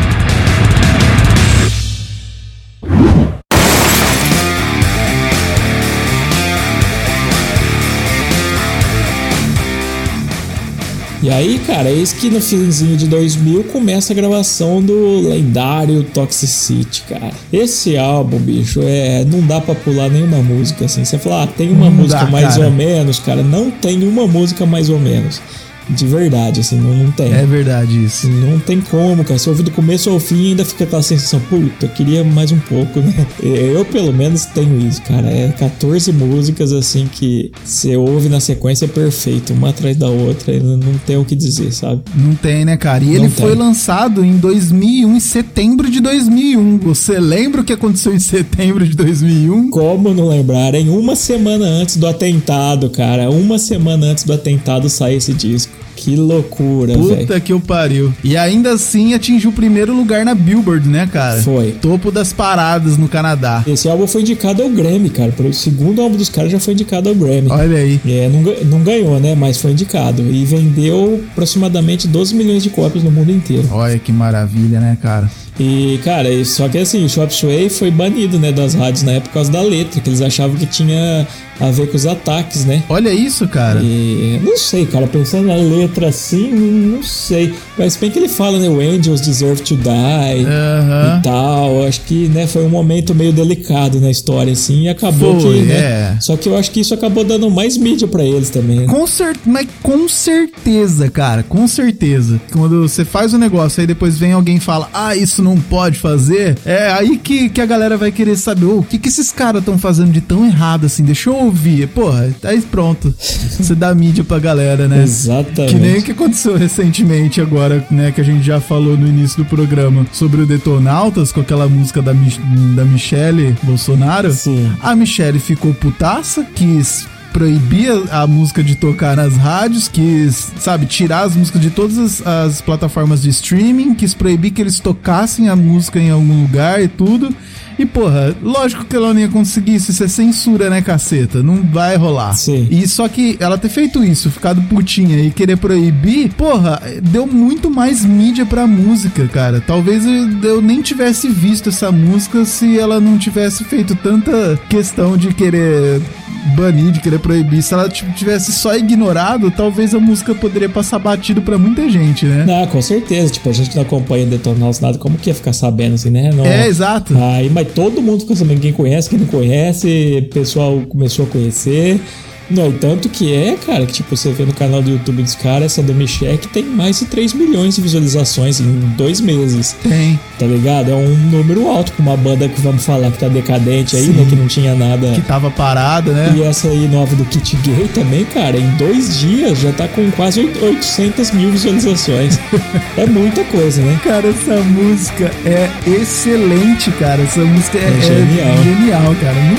E aí, cara, eis que no finzinho de dois mil começa a gravação do lendário Toxicity, cara. Esse álbum, bicho, é, não dá pra pular nenhuma música, assim. Você fala, ah, tem uma Não música dá, mais cara. ou menos, cara. Não tem uma música mais ou menos. De verdade, assim, não, não tem. É verdade isso. Não tem como, cara. Você ouve do começo ao fim e ainda fica aquela sensação, puta, eu queria mais um pouco, né? Eu, pelo menos, tenho isso, cara. É quatorze músicas, assim, que você ouve na sequência perfeito, uma atrás da outra, e não, não tem o que dizer, sabe? Não tem, né, cara? E Não ele tem. foi lançado em dois mil e um, em setembro de dois mil e um. Você lembra o que aconteceu em setembro de dois mil e um? Como não lembrar, hein? Uma semana antes do atentado, cara. Uma semana antes do atentado sair esse disco. Que loucura, velho. Puta que o pariu. E ainda assim atingiu o primeiro lugar na Billboard, né, cara? Foi. Topo das paradas no Canadá. Esse álbum foi indicado ao Grammy, cara. O segundo álbum dos caras já foi indicado ao Grammy. Olha aí. É, não, ga- não ganhou, né? Mas foi indicado. E vendeu aproximadamente doze milhões de cópias no mundo inteiro. Olha que maravilha, né, cara? E, cara, e- só que assim, o Chop Suey foi banido, né, das rádios na época por causa da letra, que eles achavam que tinha a ver com os ataques, né? Olha isso, cara. E não sei, cara, pensando na letra assim, não sei. Mas bem que ele fala, né? O Angels deserve to die Aham. e tal. Acho que, né, foi um momento meio delicado na história, assim, e acabou Foi, que, né? é. Só que eu acho que isso acabou dando mais mídia pra eles também, né? Com cer... Mas com certeza, cara, com certeza. Quando você faz o negócio, aí depois vem alguém e fala, ah, isso não pode fazer, é aí que, que a galera vai querer saber, ô, o que que esses caras estão fazendo de tão errado assim, deixa eu ouvir. Porra, aí pronto, você dá mídia pra galera, né? Exatamente. Que nem o que aconteceu recentemente agora, né, que a gente já falou no início do programa sobre o Detonautas, com aquela música da, Mich- da Michelle Bolsonaro. Sim. A Michelle ficou putaça, quis proibir a a música de tocar nas rádios, quis, sabe, tirar as músicas de todas as, as plataformas de streaming, quis proibir que eles tocassem a música em algum lugar e tudo. E, porra, lógico que ela não ia conseguir isso, isso é censura, né, caceta? Não vai rolar. Sim. E só que ela ter feito isso, ficado putinha e querer proibir, porra, deu muito mais mídia pra música, cara. Talvez eu, eu nem tivesse visto essa música se ela não tivesse feito tanta questão de querer banir, de querer proibir. Se ela tipo, tivesse só ignorado, talvez a música poderia passar batido pra muita gente, né? Não, com certeza. Tipo, a gente que não acompanha Detonautas nada, como que ia ficar sabendo assim, né? Não... É, exato. Aí, mas todo mundo ficou sabendo, quem conhece, quem não conhece, o pessoal começou a conhecer. No entanto que é, cara, que tipo, você vê no canal do YouTube dos caras, essa do Michel, que tem mais de três milhões de visualizações em dois meses. Tem. Tá ligado? É um número alto pra uma banda que, vamos falar, que tá decadente aí, Sim. né? Que não tinha nada. Que tava parada, né? E essa aí nova do Kit Gay também, cara, em dois dias já tá com quase oitocentas mil visualizações. É muita coisa, né? Cara, essa música é excelente, cara. Essa música é, É genial. é genial, cara. Muito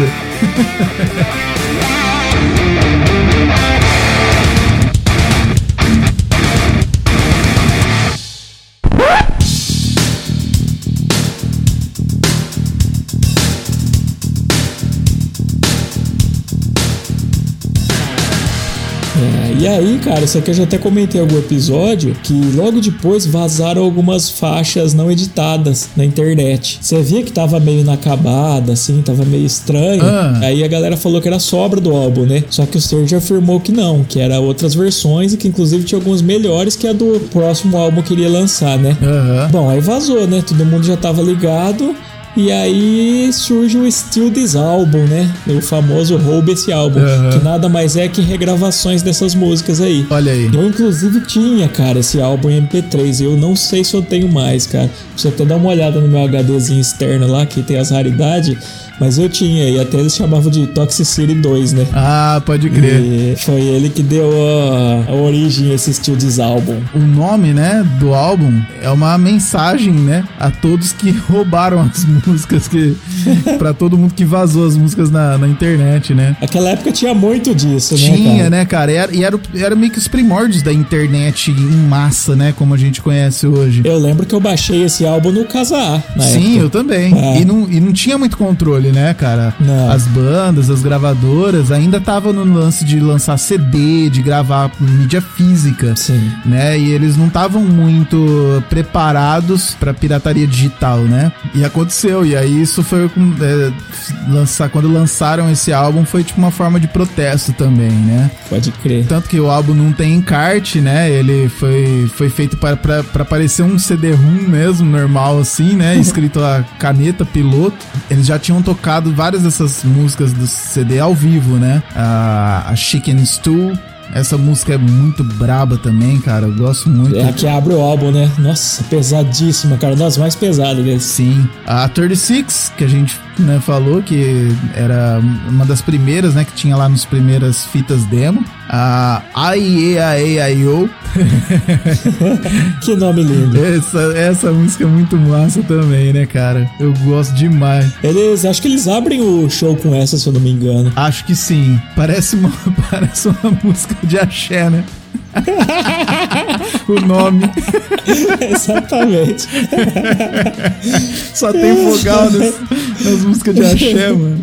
foda. É, E aí, cara, isso aqui eu já até comentei em algum episódio, que logo depois vazaram algumas faixas não editadas na internet. Você via que tava meio inacabada, assim, tava meio estranho. Ah. Aí a galera falou que era sobra do álbum, né? Só que o Serj afirmou que não, que era outras versões e que inclusive tinha algumas melhores que a do próximo álbum que iria lançar, né? Uhum. Bom, aí vazou, né? Todo mundo já tava ligado. E aí surge o Steal This Album, né? O famoso Rouba Esse Álbum, uhum. que nada mais é que regravações dessas músicas aí. Olha aí. Eu, inclusive, tinha, cara, esse álbum em M P três. Eu não sei se eu tenho mais, cara. Preciso até dar uma olhada no meu HDzinho externo lá, que tem as raridades. Mas eu tinha, e até eles chamavam de Toxicity dois, né? Ah, pode crer. E foi ele que deu a, a origem a esse Steal This Album. O nome, né, do álbum é uma mensagem, né, a todos que roubaram as músicas, que pra todo mundo que vazou as músicas na, na internet, né? Aquela época tinha muito disso, né, Tinha, cara? né, cara? E era, e era, era meio que os primórdios da internet em massa, né, como a gente conhece hoje. Eu lembro que eu baixei esse álbum no Casa A, na Sim, época. eu também. É. E, não, e não tinha muito controle, né, cara? Não. As bandas, as gravadoras ainda tava no lance de lançar C D, de gravar mídia física. Sim. Né? E eles não estavam muito preparados pra pirataria digital, né? E aconteceu. E aí isso foi é, lançar, quando lançaram esse álbum foi tipo uma forma de protesto também, né? Pode crer. Tanto que o álbum não tem encarte, né? Ele foi, foi feito para pra, pra parecer um C D-ROM mesmo, normal assim, né? Escrito a caneta piloto. Eles já tinham tocado várias dessas músicas do C D ao vivo, né? A, a Chicken Stew. Essa música é muito braba também, cara. Eu gosto muito. É a que abre o álbum, né? Nossa, pesadíssima, cara. Das mais pesadas desse. Sim. A trinta e seis, que a gente, né, falou que era uma das primeiras, né? Que tinha lá nas primeiras fitas demo. A I E A E I O. Que nome lindo. Essa, essa música é muito massa também, né, cara? Eu gosto demais. Eles, acho que eles abrem o show com essa, se eu não me engano. Acho que sim. Parece uma, parece uma música de axé, né? O nome. Exatamente. Só tem vogal nas, nas músicas de axé, mano.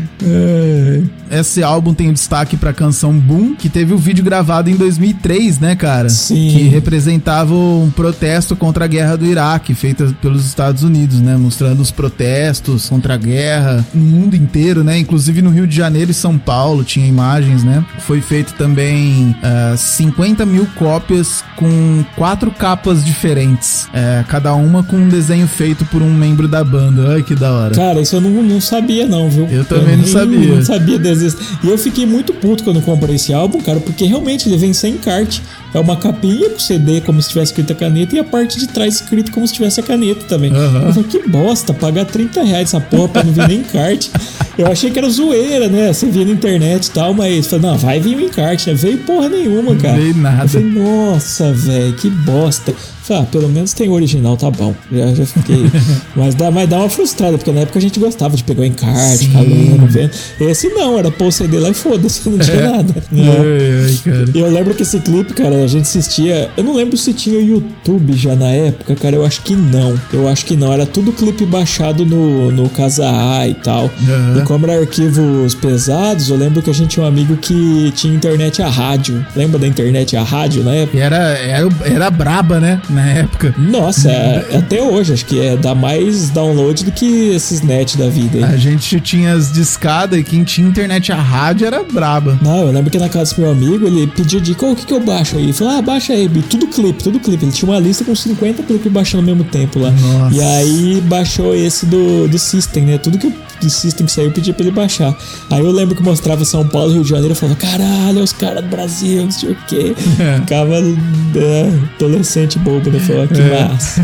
É. Esse álbum tem o destaque pra canção Boom, que teve o vídeo gravado em dois mil e três, né, cara? Sim. Que representava um protesto contra a guerra do Iraque, feita pelos Estados Unidos, né? Mostrando os protestos contra a guerra no mundo inteiro, né? Inclusive no Rio de Janeiro e São Paulo tinha imagens, né? Foi feito também uh, cinquenta mil cópias com quatro capas diferentes, uh, cada uma com um desenho feito por um membro da banda. Ai, que da hora. Cara, isso eu não, não sabia não, viu? Eu também eu não sabia. Não sabia desse. E eu fiquei muito puto quando comprei esse álbum, cara, porque realmente ele vem sem encarte. É uma capinha com C D como se tivesse escrito a caneta e a parte de trás escrito como se tivesse a caneta também. Uhum. Eu falei, que bosta, pagar trinta reais essa porra pra não vir nem encarte. Eu achei que era zoeira, né? Você via na internet e tal, mas falei, não, vai vir o encarte, né? Veio porra nenhuma, cara. Não veio nada. Eu falei, nossa, velho, que bosta. Ah, pelo menos tem o original, tá bom. Já, já fiquei. mas, dá, mas dá uma frustrada, porque na época a gente gostava de pegar o encarte, ficar lendo, vendo. Esse não, era pôr o C D lá e foda-se, não tinha é. nada. Ai, ai, cara. Eu lembro que esse clipe, cara, a gente assistia. Eu não lembro se tinha YouTube já na época, cara. Eu acho que não. Eu acho que não. Era tudo clipe baixado no, no Casa A e tal. Uhum. E como eram arquivos pesados, eu lembro que a gente tinha um amigo que tinha internet a rádio. Lembra da internet a rádio na época? E era, era, era braba, né? Na época. Nossa, é, até hoje acho que é dá mais download do que esses net da vida aí. A gente tinha as discadas e quem tinha internet a rádio era braba. Não, eu lembro que na casa do meu amigo ele pediu dica, o que que eu baixo aí? Ele falou, ah, baixa aí, tudo clipe, tudo clipe. Ele tinha uma lista com cinquenta clipes baixando ao mesmo tempo lá. Nossa. E aí baixou esse do, do System, né? Tudo que o do System que saiu eu pedi pra ele baixar. Aí eu lembro que mostrava São Paulo e Rio de Janeiro e falava, caralho, é os caras do Brasil, não sei o quê. É. Ficava é, adolescente bobo, né? Falava, que é. massa.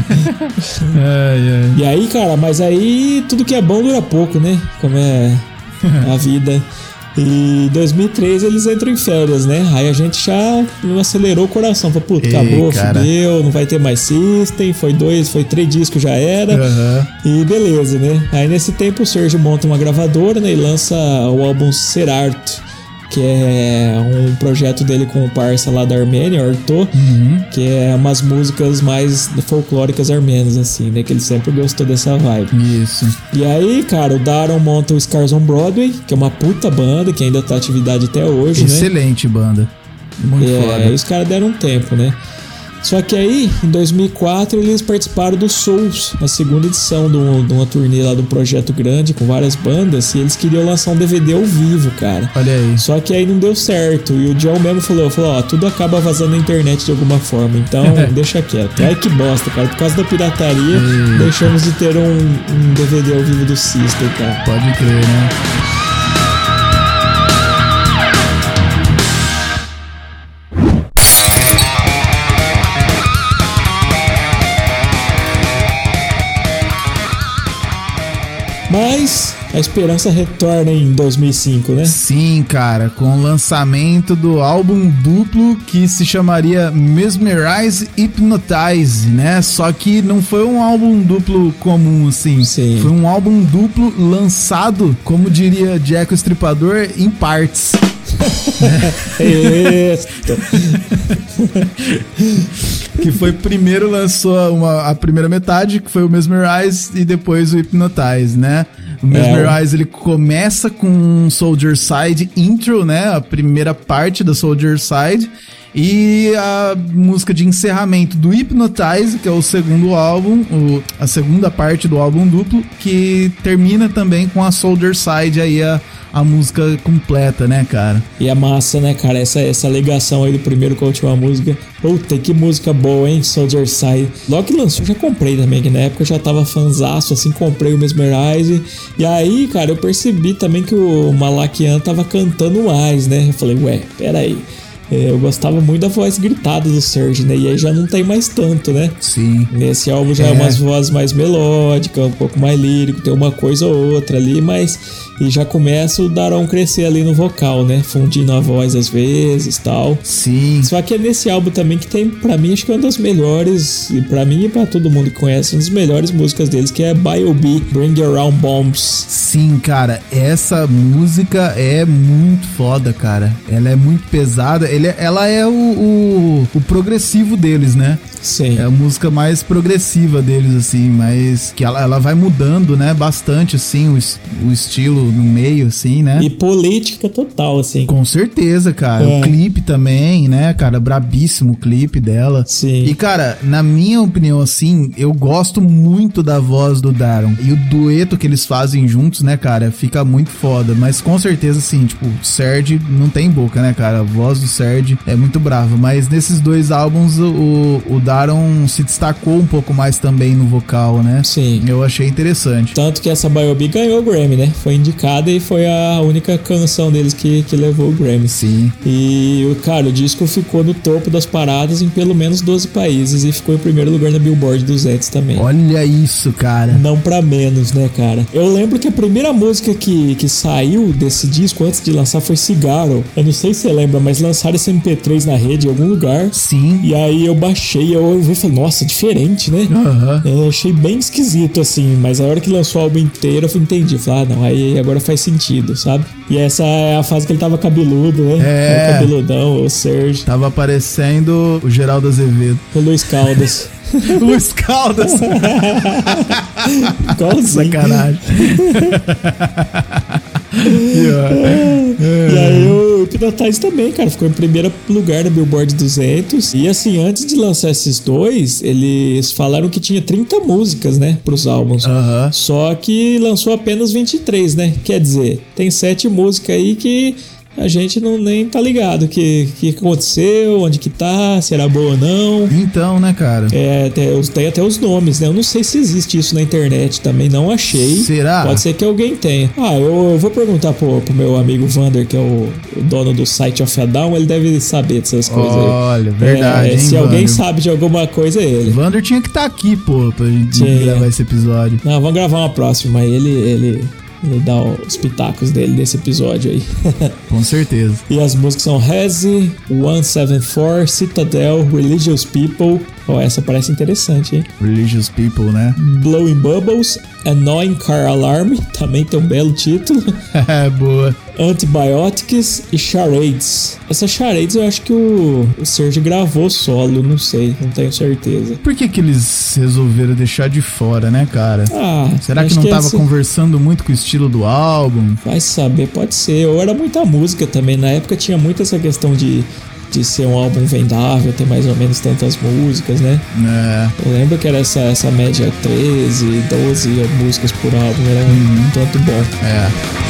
é, é. E aí, cara, mas aí tudo que é bom dura pouco, né? Como é a vida. E em dois mil e três eles entram em férias, né? Aí a gente já acelerou o coração. Falei, puta, acabou, cara. Fudeu, não vai ter mais System. Foi dois, foi três discos, já era. Uhum. E beleza, né? Aí nesse tempo o Serj monta uma gravadora, né? E lança o álbum Serart, que é um projeto dele com o parça lá da Armênia, Arto, uhum. que é umas músicas mais folclóricas armênias, assim, né? Que ele sempre gostou dessa vibe. Isso. E aí, cara, o Daron monta o Scars on Broadway, que é uma puta banda, que ainda tá atividade até hoje, Excelente né? banda. Muito é, foda. Aí os caras deram um tempo, né? Só que aí, em dois mil e quatro, eles participaram do Souls, a segunda edição de uma, de uma turnê lá de um projeto grande com várias bandas, e eles queriam lançar um D V D ao vivo, cara. Olha aí. Só que aí não deu certo, e o John mesmo falou, falou, ó, tudo acaba vazando na internet de alguma forma, então deixa quieto. Ai que bosta, cara, por causa da pirataria, e... deixamos de ter um, um D V D ao vivo do System, cara. Pode crer, né? Mas a esperança retorna em dois mil e cinco, né? Sim, cara, com o lançamento do álbum duplo que se chamaria Mesmerize Hypnotize, né? Só que não foi um álbum duplo comum, assim. Sim. Foi um álbum duplo lançado, como diria Jack o Estripador, em partes. Que foi primeiro lançou uma, a primeira metade, que foi o Mesmerize, e depois o Hypnotize, né? O Mesmerize, é. ele começa com um Soldier Side intro, né? A primeira parte da Soldier Side. E a música de encerramento do Hypnotize, que é o segundo álbum, o, a segunda parte do álbum duplo, que termina também com a Soldier Side, aí a, a música completa, né, cara? E é massa, né, cara? Essa, essa ligação aí do primeiro com a última música. Puta, que música boa, hein? Soldier Side. Logo que lançou, eu já comprei também, que na época eu já tava fanzaço, assim, comprei o Mesmerize. E aí, cara, eu percebi também que o Malakian tava cantando mais, né? Eu falei, ué, peraí. Eu gostava muito da voz gritada do Serge, né? E aí já não tem mais tanto, né? Sim. Nesse álbum já é, é umas vozes mais melódicas, um pouco mais lírico, tem uma coisa ou outra ali, mas... E já começa o Daron crescer ali no vocal, né? Fundindo a voz às vezes e tal. Sim. Só que é nesse álbum também que tem, pra mim, acho que é uma das melhores, e pra mim e pra todo mundo que conhece, uma das melhores músicas deles, que é B O B, Bring Around Bombs. Sim, cara, essa música é muito foda, cara. Ela é muito pesada, ele, ela é o, o, o progressivo deles, né? Sim. É a música mais progressiva deles, assim, mas que ela, ela vai mudando, né, bastante, assim, o, o estilo no meio, assim, né? E política total, assim. Com certeza, cara. É. O clipe também, né, cara, brabíssimo o clipe dela. Sim. E, cara, na minha opinião, assim, eu gosto muito da voz do Daron. E o dueto que eles fazem juntos, né, cara, fica muito foda. Mas com certeza, assim, tipo, o Serge não tem boca, né, cara? A voz do Serge é muito brava. Mas nesses dois álbuns, o, o Daron se destacou um pouco mais também no vocal, né? Sim. Eu achei interessante. Tanto que essa B O B ganhou o Grammy, né? Foi indicada e foi a única canção deles que, que levou o Grammy. Sim. E, cara, o disco ficou no topo das paradas em pelo menos doze países e ficou em primeiro lugar na Billboard duzentos também. Olha isso, cara. Não pra menos, né, cara? Eu lembro que a primeira música que, que saiu desse disco antes de lançar foi Cigarro. Eu não sei se você lembra, mas lançaram esse M P três na rede em algum lugar. Sim. E aí eu baixei, eu ouvi e falei, nossa, diferente, né? Uhum. Eu achei bem esquisito, assim, mas a hora que lançou o álbum inteiro, eu entendi. Falei, ah, não, aí agora faz sentido, sabe? E essa é a fase que ele tava cabeludo, né? É. Cabeludão, o Serge. Tava aparecendo o Geraldo Azevedo. O Luiz Caldas. Luiz Caldas. Sacanagem. é. E aí o Hypnotize também, cara, ficou em primeiro lugar na Billboard duzentos. E assim, antes de lançar esses dois, eles falaram que tinha trinta músicas, né, pros álbuns. Uhum. Só que lançou apenas vinte e três, né? Quer dizer, tem sete músicas aí que a gente não nem tá ligado o que, que aconteceu, onde que tá, se era boa ou não. Então, né, cara? É, tem, tem até os nomes, né? Eu não sei se existe isso na internet também, não achei. Será? Pode ser que alguém tenha. Ah, eu, eu vou perguntar pro, pro meu amigo Vander, que é o, o dono do site of a Down, ele deve saber dessas coisas aí. Olha, verdade, é, hein, se Vander? Alguém sabe de alguma coisa, é ele. O Vander tinha que estar tá aqui, pô, pra gente Tinha. gravar esse episódio. Não, vamos gravar uma próxima, aí ele... ele... Ele dá os pitacos dele nesse episódio aí. Com certeza. E as músicas são Hazy, cento e setenta e quatro, Citadel, Religious People. Ó, oh, essa parece interessante, hein? Religious People, né? Blowing Bubbles, Annoying Car Alarm, também tem um belo título. É, boa. Antibiotics e Charades. Essa Charades eu acho que o, o Serge gravou solo, não sei, não tenho certeza. Por que que eles resolveram deixar de fora, né, cara? Ah, será que não que tava essa... conversando muito com o estilo do álbum? Vai saber, pode ser. Ou era muita música também, na época tinha muito essa questão de de ser um álbum vendável, ter mais ou menos tantas músicas, né? É. Eu lembro que era essa, essa média treze, doze músicas por álbum, era um, um tanto bom. É.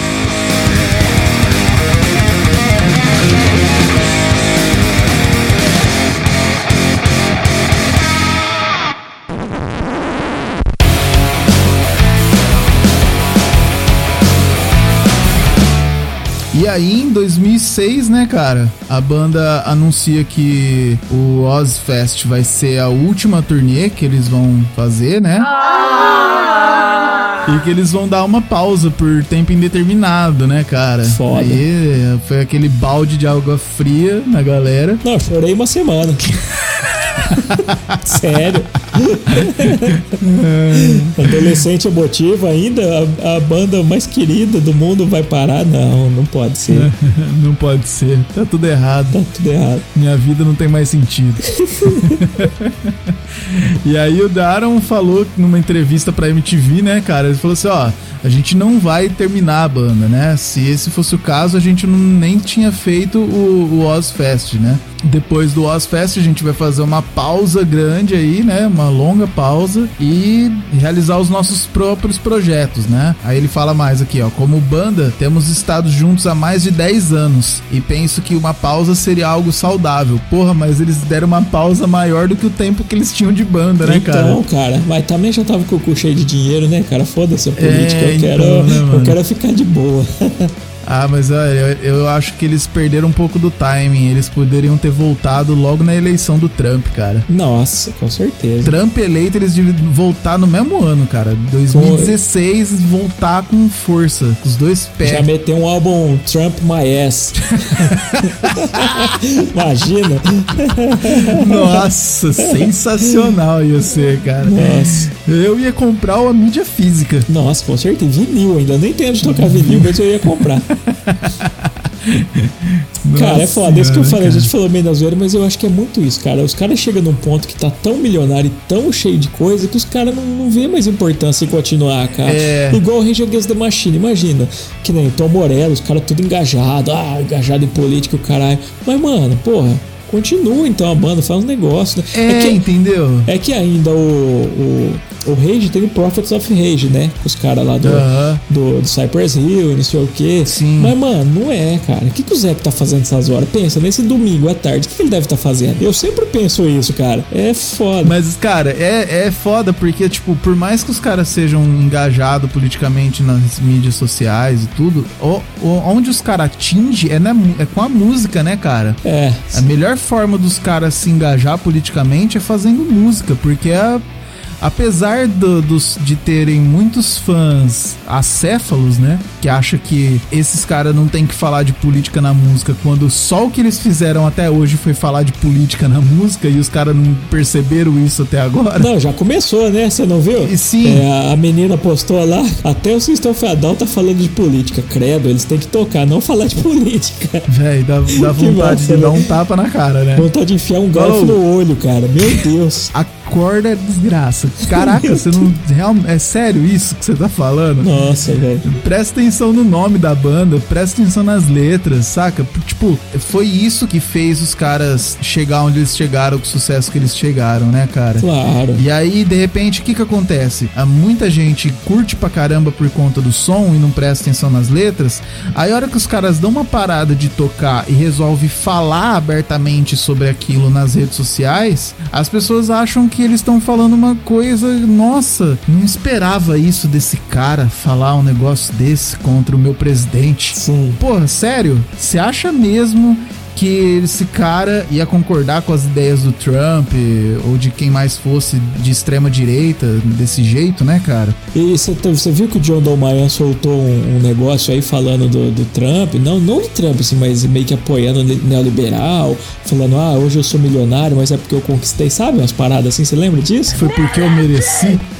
E aí, em dois mil e seis, né, cara, a banda anuncia que o Ozzfest vai ser a última turnê que eles vão fazer, né? Ah! E que eles vão dar uma pausa por tempo indeterminado, né, cara? Foda. Aí foi aquele balde de água fria na galera. Não, chorei uma semana. Sério. Adolescente emotivo ainda, a, a banda mais querida do mundo vai parar? Não, não pode ser. Não pode ser, tá tudo errado. Tá tudo errado. Minha vida não tem mais sentido. E aí o Daron falou numa entrevista pra M T V, né, cara? Ele falou assim, ó, a gente não vai terminar a banda, né? Se esse fosse o caso, a gente não, nem tinha feito o, o Ozzfest, né? Depois do Ozzfest, a gente vai fazer uma pausa grande aí, né? Uma longa pausa e realizar os nossos próprios projetos, né? Aí ele fala mais aqui, ó. Como banda, temos estado juntos há mais de dez anos e penso que uma pausa seria algo saudável. Porra, mas eles deram uma pausa maior do que o tempo que eles tinham de banda, né, cara? Então, cara, mas também já tava com o cu cheio de dinheiro, né, cara? Foda-se a política, É, eu quero, então, né, eu quero ficar de boa. Ah, mas olha, eu, eu acho que eles perderam um pouco do timing. Eles poderiam ter voltado logo na eleição do Trump, cara. Nossa, com certeza. Trump eleito, eles deviam voltar no mesmo ano, cara. dois mil e dezesseis, Foi. voltar com força, com os dois pés. Já meteu um álbum Trump My Ass. Imagina. Nossa, sensacional ia ser, cara. Nossa. Eu ia comprar uma mídia física. Nossa, com certeza. Vinil ainda. Nem tenho de tocar vinil, mas eu ia comprar. Cara, é foda, isso que eu falei, cara. A gente falou meio da zoeira, mas eu acho que é muito isso, cara. Os caras chegam num ponto que tá tão milionário e tão cheio de coisa que os caras não, não vê mais importância em continuar, cara. É. Igual o Rage Against the Machine, imagina. Que nem Tom Morello, os caras tudo engajado, ah, engajado em política, o caralho. Mas, mano, porra, continua então a banda, faz um negócio, né? É, é que, entendeu? É que ainda o... o O Rage tem o Prophets of Rage, né? Os caras lá do, uh-huh. do, do Cypress Hill, não sei o quê. Sim. Mas, mano, não é, cara. O que, que o Zep tá fazendo essas horas? Pensa, nesse domingo à tarde, o que, que ele deve estar tá fazendo? Eu sempre penso isso, cara. É foda. Mas, cara, é, é foda porque, tipo, por mais que os caras sejam engajados politicamente nas mídias sociais e tudo, o, o, onde os caras atingem é, na, é com a música, né, cara? É. A melhor forma dos caras se engajar politicamente é fazendo música, porque é... Apesar do, dos, de terem muitos fãs acéfalos, né? Que acham que esses caras não tem que falar de política na música, quando só o que eles fizeram até hoje foi falar de política na música e os caras não perceberam isso até agora. Não, já começou, né? Você não viu? E sim. É, a menina postou lá, até o System of a Down tá falando de política. Credo, eles têm que tocar, não falar de política. Véi, dá, dá vontade massa, de dar um tapa na cara, né? Vontade de enfiar um garfo oh. no olho, cara. Meu Deus. Acorda é desgraça. Caraca, você não... Real, é sério isso que você tá falando? Nossa, velho. Presta atenção no nome da banda, presta atenção nas letras, saca? Tipo, foi isso que fez os caras chegar onde eles chegaram, com o sucesso que eles chegaram, né, cara? Claro. E aí, de repente, o que que acontece? Muita gente curte pra caramba por conta do som e não presta atenção nas letras. Aí, a hora que os caras dão uma parada de tocar e resolve falar abertamente sobre aquilo nas redes sociais, as pessoas acham que eles estão falando uma coisa, nossa, não esperava isso desse cara, falar um negócio desse contra o meu presidente. Sim. Porra, sério? Você acha mesmo que esse cara ia concordar com as ideias do Trump ou de quem mais fosse de extrema direita desse jeito, né, cara? E você viu que o John Dolmayan soltou um, um negócio aí falando do, do Trump, não, não do Trump, assim, mas meio que apoiando o neoliberal, falando, ah, hoje eu sou milionário, mas é porque eu conquistei, sabe? Umas paradas assim, você lembra disso? Foi porque eu mereci.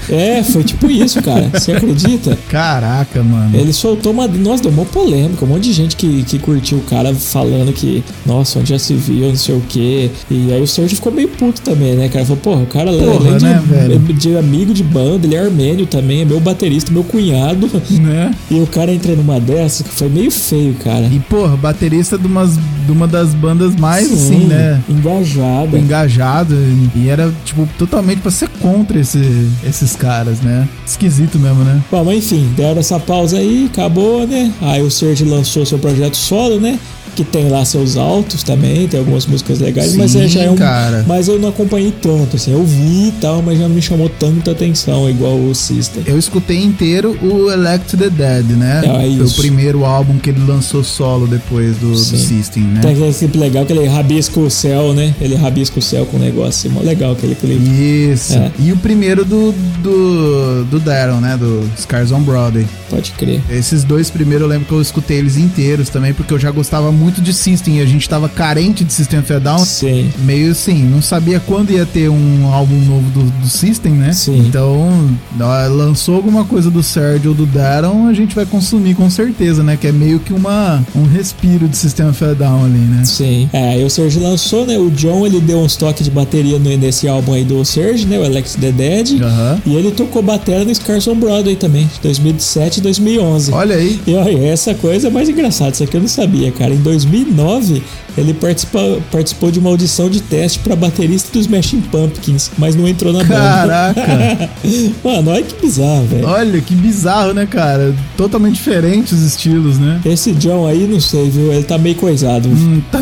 É, foi tipo isso, cara. Você acredita? Caraca, mano. Ele soltou uma... Nossa, deu uma polêmica. Um monte de gente que, que curtiu o cara falando que, nossa, onde já se viu, não sei o quê. E aí o Serj ficou meio puto também, né, cara? Falou, porra, o cara, porra, além de, né, velho? de amigo de banda, ele é armênio também, é meu baterista, meu cunhado. Né? E o cara entra numa dessas que foi meio feio, cara. E, porra, baterista de, umas, de uma das bandas mais, Sim, assim, né? Engajada. Engajado. E era, tipo, totalmente pra ser contra esse, esses caras, né? Esquisito mesmo, né? Bom, mas enfim, deram essa pausa aí, acabou, né? Aí o Serj lançou seu projeto solo, né? Que tem lá seus altos também, tem algumas músicas legais, Sim, mas é, já é um. cara. Mas eu não acompanhei tanto, assim, eu vi e tal, mas já não me chamou tanta atenção, igual o System. Eu escutei inteiro o Elect the Dead, né? É, Foi isso. o primeiro álbum que ele lançou solo depois do, do System, né? Tem aquele clipe legal que ele rabisca o céu, né? Ele rabisca o céu com um negócio assim, mó legal aquele clipe. Isso. É. E o primeiro do, do, do Daron, né? Do Scars on Broadway. Pode crer. Esses dois primeiros eu lembro que eu escutei eles inteiros também, porque eu já gostava muito de System e a gente tava carente de System of a Down. Sim. Meio assim, não sabia quando ia ter um álbum novo do, do System, né? Sim. Então, ó, lançou alguma coisa do Serj ou do Daron, a gente vai consumir com certeza, né? Que é meio que uma, um respiro de System of a Down ali, né? Sim. É, aí o Serj lançou, né? O John, ele deu uns toques de bateria no, nesse álbum aí do Serj, né? O Alex the Dead. Uhum. E ele tocou bateria no Scars on Broadway também, de dois mil e sete e dois mil e onze. Olha aí. E olha, essa coisa é mais engraçada, isso aqui eu não sabia, cara. Em dois mil e nove, ele participa, participou de uma audição de teste pra baterista dos Smashing Pumpkins, mas não entrou na banda. Caraca! Mano, olha que bizarro, velho. Olha, que bizarro, né, cara? Totalmente diferentes os estilos, né? Esse John aí, não sei, viu? Ele tá meio coisado. Hum, tá...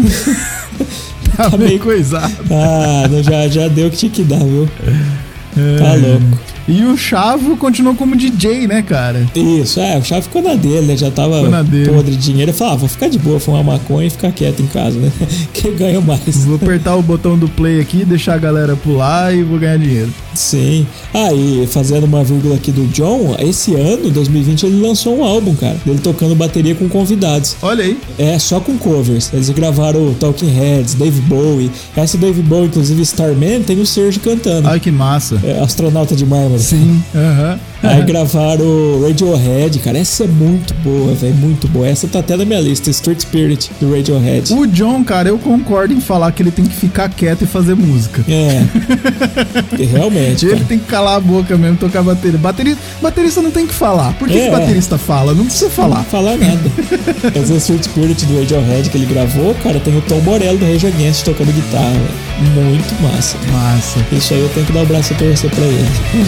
tá, Tá meio meio- coisado. Ah, não, já, já deu o que tinha que dar, viu? É. Tá louco. E o Chavo continuou como D J, né, cara? Isso, é, o Chave ficou na dele, né? Já tava Ficou na dele. podre de dinheiro. Ele falou, ah, vou ficar de boa, fumar maconha e ficar quieto em casa, né? Que ganha mais. Vou apertar o botão do play aqui, deixar a galera pular e vou ganhar dinheiro. Sim. Ah, e fazendo uma vírgula aqui do John, esse ano, dois mil e vinte, ele lançou um álbum, cara. Dele tocando bateria com convidados. Olha aí. É, só com covers. Eles gravaram o Talking Heads, Dave Bowie. Essa Dave Bowie, inclusive Starman, tem o Serj cantando. Ai, que massa. É, astronauta de mármore. Sim, aham. Aí gravaram o Radiohead, cara. Essa é muito boa, velho. Muito boa. Essa tá até na minha lista. Street Spirit, do Radiohead. O John, cara, eu concordo em falar que ele tem que ficar quieto e fazer música. É. Realmente, Ele cara. tem que calar a boca mesmo, tocar bateria. Baterista, baterista não tem que falar. Por que, É. que baterista fala? Não precisa Não falar. falar nada. Mas o Street Spirit do Radiohead que ele gravou, cara, tem o Tom Morello do Rage Against tocando guitarra, velho. Muito massa. Massa. Isso aí eu tenho que dar o braço a torcer pra ele.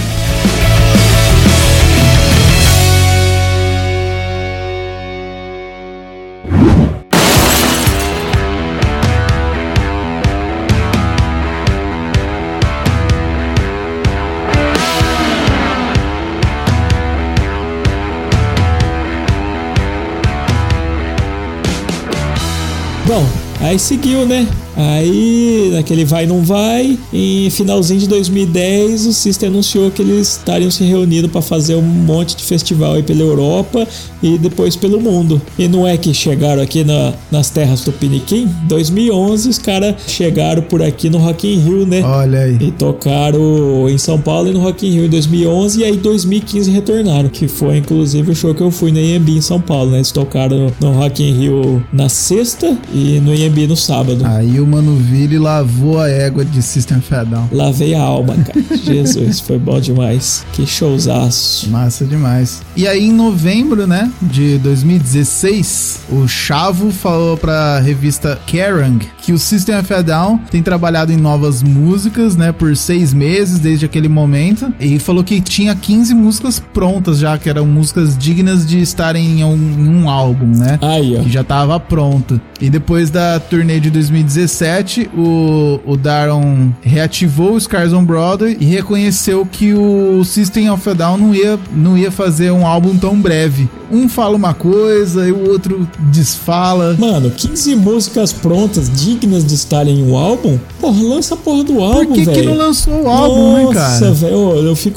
Bom, aí seguiu, né? Aí, naquele vai não vai, em finalzinho de dois mil e dez, o System anunciou que eles estariam se reunindo para fazer um monte de festival aí pela Europa e depois pelo mundo. E não é que chegaram aqui na, nas terras do Piniquim? Em dois mil e onze, os caras chegaram por aqui no Rock in Rio, né? Olha aí. E tocaram em São Paulo e no Rock in Rio em dois mil e onze, e aí em dois mil e quinze retornaram, que foi inclusive o show que eu fui na I M B em São Paulo, né? Eles tocaram no Rock in Rio na sexta e no I M B no sábado. Aí o Mano Vili lavou a égua de System of a Down. Lavei a alma, cara. Jesus, foi bom demais. Que showzaço. Massa demais. E aí, em novembro, né, de dois mil e dezesseis, o Chavo falou pra revista Kerrang que o System of a Down tem trabalhado em novas músicas, né, por seis meses desde aquele momento, e falou que tinha quinze músicas prontas já, que eram músicas dignas de estarem em um, em um álbum, né? Aí, ó. Que já tava pronto. E depois da turnê de dois mil e dezessete, o, o Daron reativou o Scars on Broadway e reconheceu que o System of a Down não ia, não ia fazer um álbum tão breve. Um fala uma coisa e o outro desfala. Mano, quinze músicas prontas, dignas de estarem em um álbum? Porra, lança a porra do álbum, Por que velho. que não lançou o álbum, né, Nossa, cara? velho, eu fico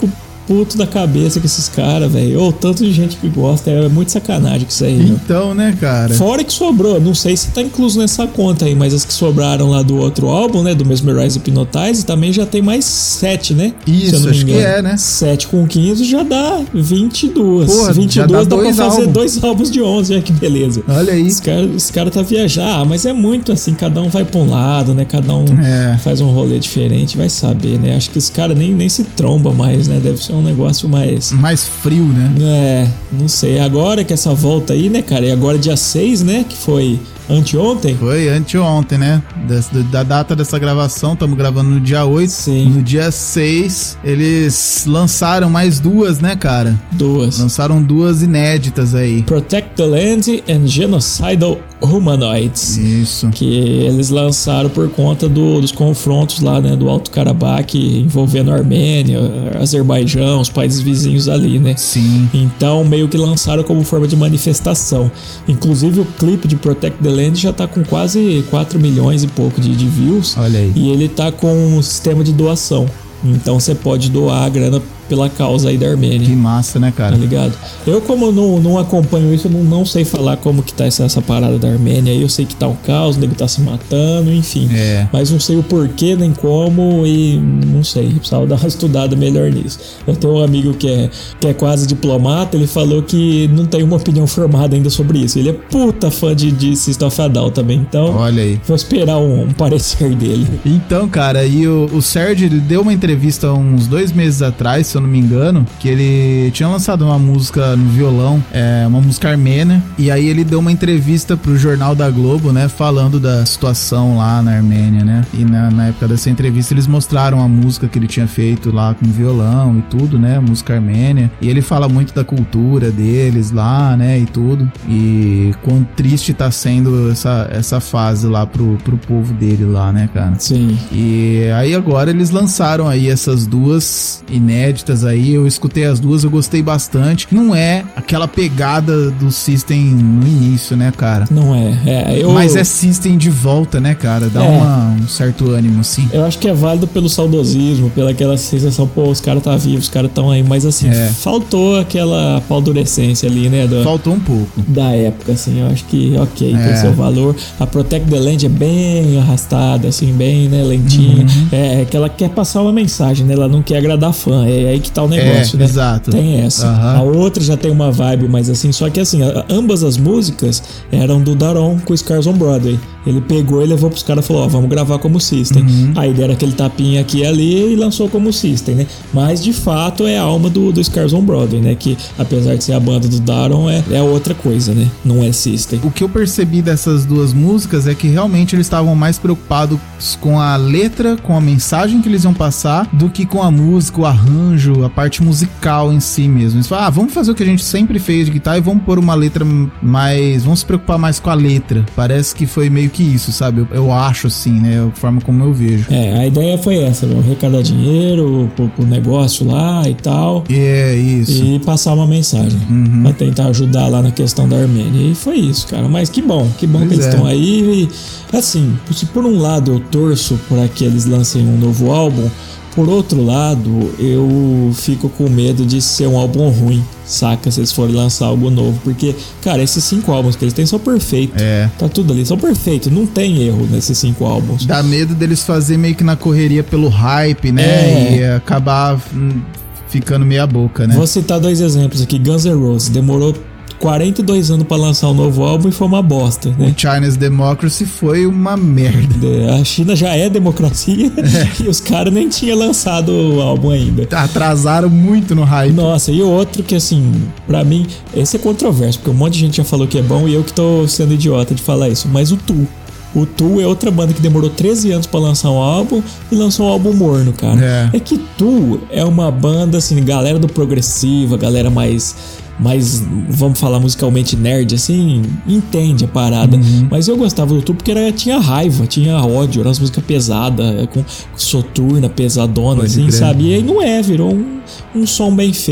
puto da cabeça com esses caras, velho. Ou tanto de gente que gosta, é muito sacanagem com isso aí, viu? Então, né, cara? Fora que sobrou, não sei se tá incluso nessa conta aí, mas as que sobraram lá do outro álbum, né, do Mesmerize e Hypnotize, também já tem mais sete, né? Isso, acho que é, né? sete com quinze já dá vinte e dois. Porra, vinte e dois já dá, dá dois pra fazer álbum. dois álbuns de onze, olha que beleza. Olha aí. Esse cara, esse cara tá viajando, ah, mas é muito assim, cada um vai pra um lado, né? Cada um É. faz um rolê diferente, vai saber, né? Acho que esse cara nem, nem se tromba mais, né? Deve ser um negócio mais... Mais frio, né? É, não sei. Agora que essa volta aí, né, cara? E agora dia seis, né? Que foi anteontem. Foi anteontem, né? Da, da data dessa gravação, estamos gravando no dia oito. Sim. No dia seis, eles lançaram mais duas, né, cara? Duas. Lançaram duas inéditas aí. Protect the Land and Genocidal Humanoids. Isso. Que eles lançaram por conta do, dos confrontos lá, né? Do Alto Karabakh envolvendo a Armênia, Azerbaijão, os países vizinhos ali, né? Sim. Então, meio que lançaram como forma de manifestação. Inclusive, o clipe de Protect the Land já tá com quase quatro milhões e pouco de, de views. Olha aí. E ele tá com um sistema de doação. Então, você pode doar a grana pela causa aí da Armênia. Que massa, né, cara? Tá ligado? Eu, como não, não acompanho isso, eu não, não sei falar como que tá essa, essa parada da Armênia. Eu sei que tá um caos, o nego tá se matando, enfim. É. Mas não sei o porquê, nem como, e não sei. Precisava dar uma estudada melhor nisso. Eu tenho um amigo que é, que é quase diplomata, ele falou que não tem uma opinião formada ainda sobre isso. Ele é puta fã de, de System of a Down também, então... Olha aí. Vou esperar um, um parecer dele. Então, cara, e o, o Serj, ele deu uma entrevista uns dois meses atrás, se eu não me engano, que ele tinha lançado uma música no violão, é, uma música armênia, e aí ele deu uma entrevista pro Jornal da Globo, né, falando da situação lá na Armênia, né, e na, na época dessa entrevista eles mostraram a música que ele tinha feito lá com violão e tudo, né, a música armênia, e ele fala muito da cultura deles lá, né, e tudo, e quão triste tá sendo essa, essa fase lá pro, pro povo dele lá, né, cara. Sim. E aí agora eles lançaram aí essas duas inéditas aí, eu escutei as duas, eu gostei bastante. Não é aquela pegada do System no início, né, cara? Não é. é eu... Mas é System de volta, né, cara? Dá É. uma, um certo ânimo, assim. Eu acho que é válido pelo saudosismo, pela aquela sensação, pô, os caras tá vivos, os caras tão aí, mas assim, É. faltou aquela paldurecência ali, né, do, Faltou um pouco. da época, assim, eu acho que, ok, É. tem seu valor. A Protect the Land é bem arrastada, assim, bem, né, lentinha. Uhum. É, é que ela quer passar uma mensagem, né, ela não quer agradar fã, é aí que tá o negócio, É, né. exato. Tem essa. Aham. A outra já tem uma vibe mais assim, só que assim, a- ambas as músicas eram do Daron com Scars on Broadway. Ele pegou e levou pros caras e falou, ó, vamos gravar como System. Uhum. Aí deram aquele tapinha aqui e ali e lançou como System, né? Mas de fato é a alma do, do Scars on Broadway, né? Que apesar de ser a banda do Daron, é, é outra coisa, né? Não é System. O que eu percebi dessas duas músicas é que realmente eles estavam mais preocupados com a letra, com a mensagem que eles iam passar, do que com a música, o arranjo, a parte musical em si mesmo. Eles falaram, ah, vamos fazer o que a gente sempre fez de guitarra e vamos pôr uma letra mais... Vamos se preocupar mais com a letra. Parece que foi meio que isso, sabe? Eu, eu acho assim, né? A forma como eu vejo. É, a ideia foi essa, né? Arrecadar dinheiro pro, pro negócio lá e tal. É, isso. E passar uma mensagem Uhum. pra tentar ajudar lá na questão da Armênia. E foi isso, cara. Mas que bom, que bom Pois que eles é. estão aí. E, assim, se por um lado eu torço para que eles lancem um novo álbum, por outro lado eu fico com medo de ser um álbum ruim, saca? Se eles forem lançar algo novo. Porque, cara, esses cinco álbuns que eles têm são perfeitos. É. Tá tudo ali, são perfeitos. Não tem erro nesses cinco álbuns. Dá medo deles fazer meio que na correria pelo hype, né? É. E acabar hum, ficando meia boca, né? Vou citar dois exemplos aqui. Guns N' Roses demorou quarenta e dois anos pra lançar um novo álbum e foi uma bosta, né? O China's Democracy foi uma merda. A China já é democracia e os caras nem tinham lançado o álbum ainda. Atrasaram muito no hype. Nossa, e o outro que assim, pra mim, esse é controverso, porque um monte de gente já falou que é bom e eu que tô sendo idiota de falar isso, mas o Tool. O Tool é outra banda que demorou treze anos pra lançar um álbum e lançou um álbum morno, cara. É. É que Tool é uma banda, assim, galera do progressivo, a galera mais... mais, vamos falar musicalmente nerd, assim, entende a parada. Uhum. Mas eu gostava do Tool porque era, tinha raiva, tinha ódio, era umas músicas pesadas, com soturna, pesadona, Pode assim, crer. sabe? E aí não é, virou um, um som bem feito.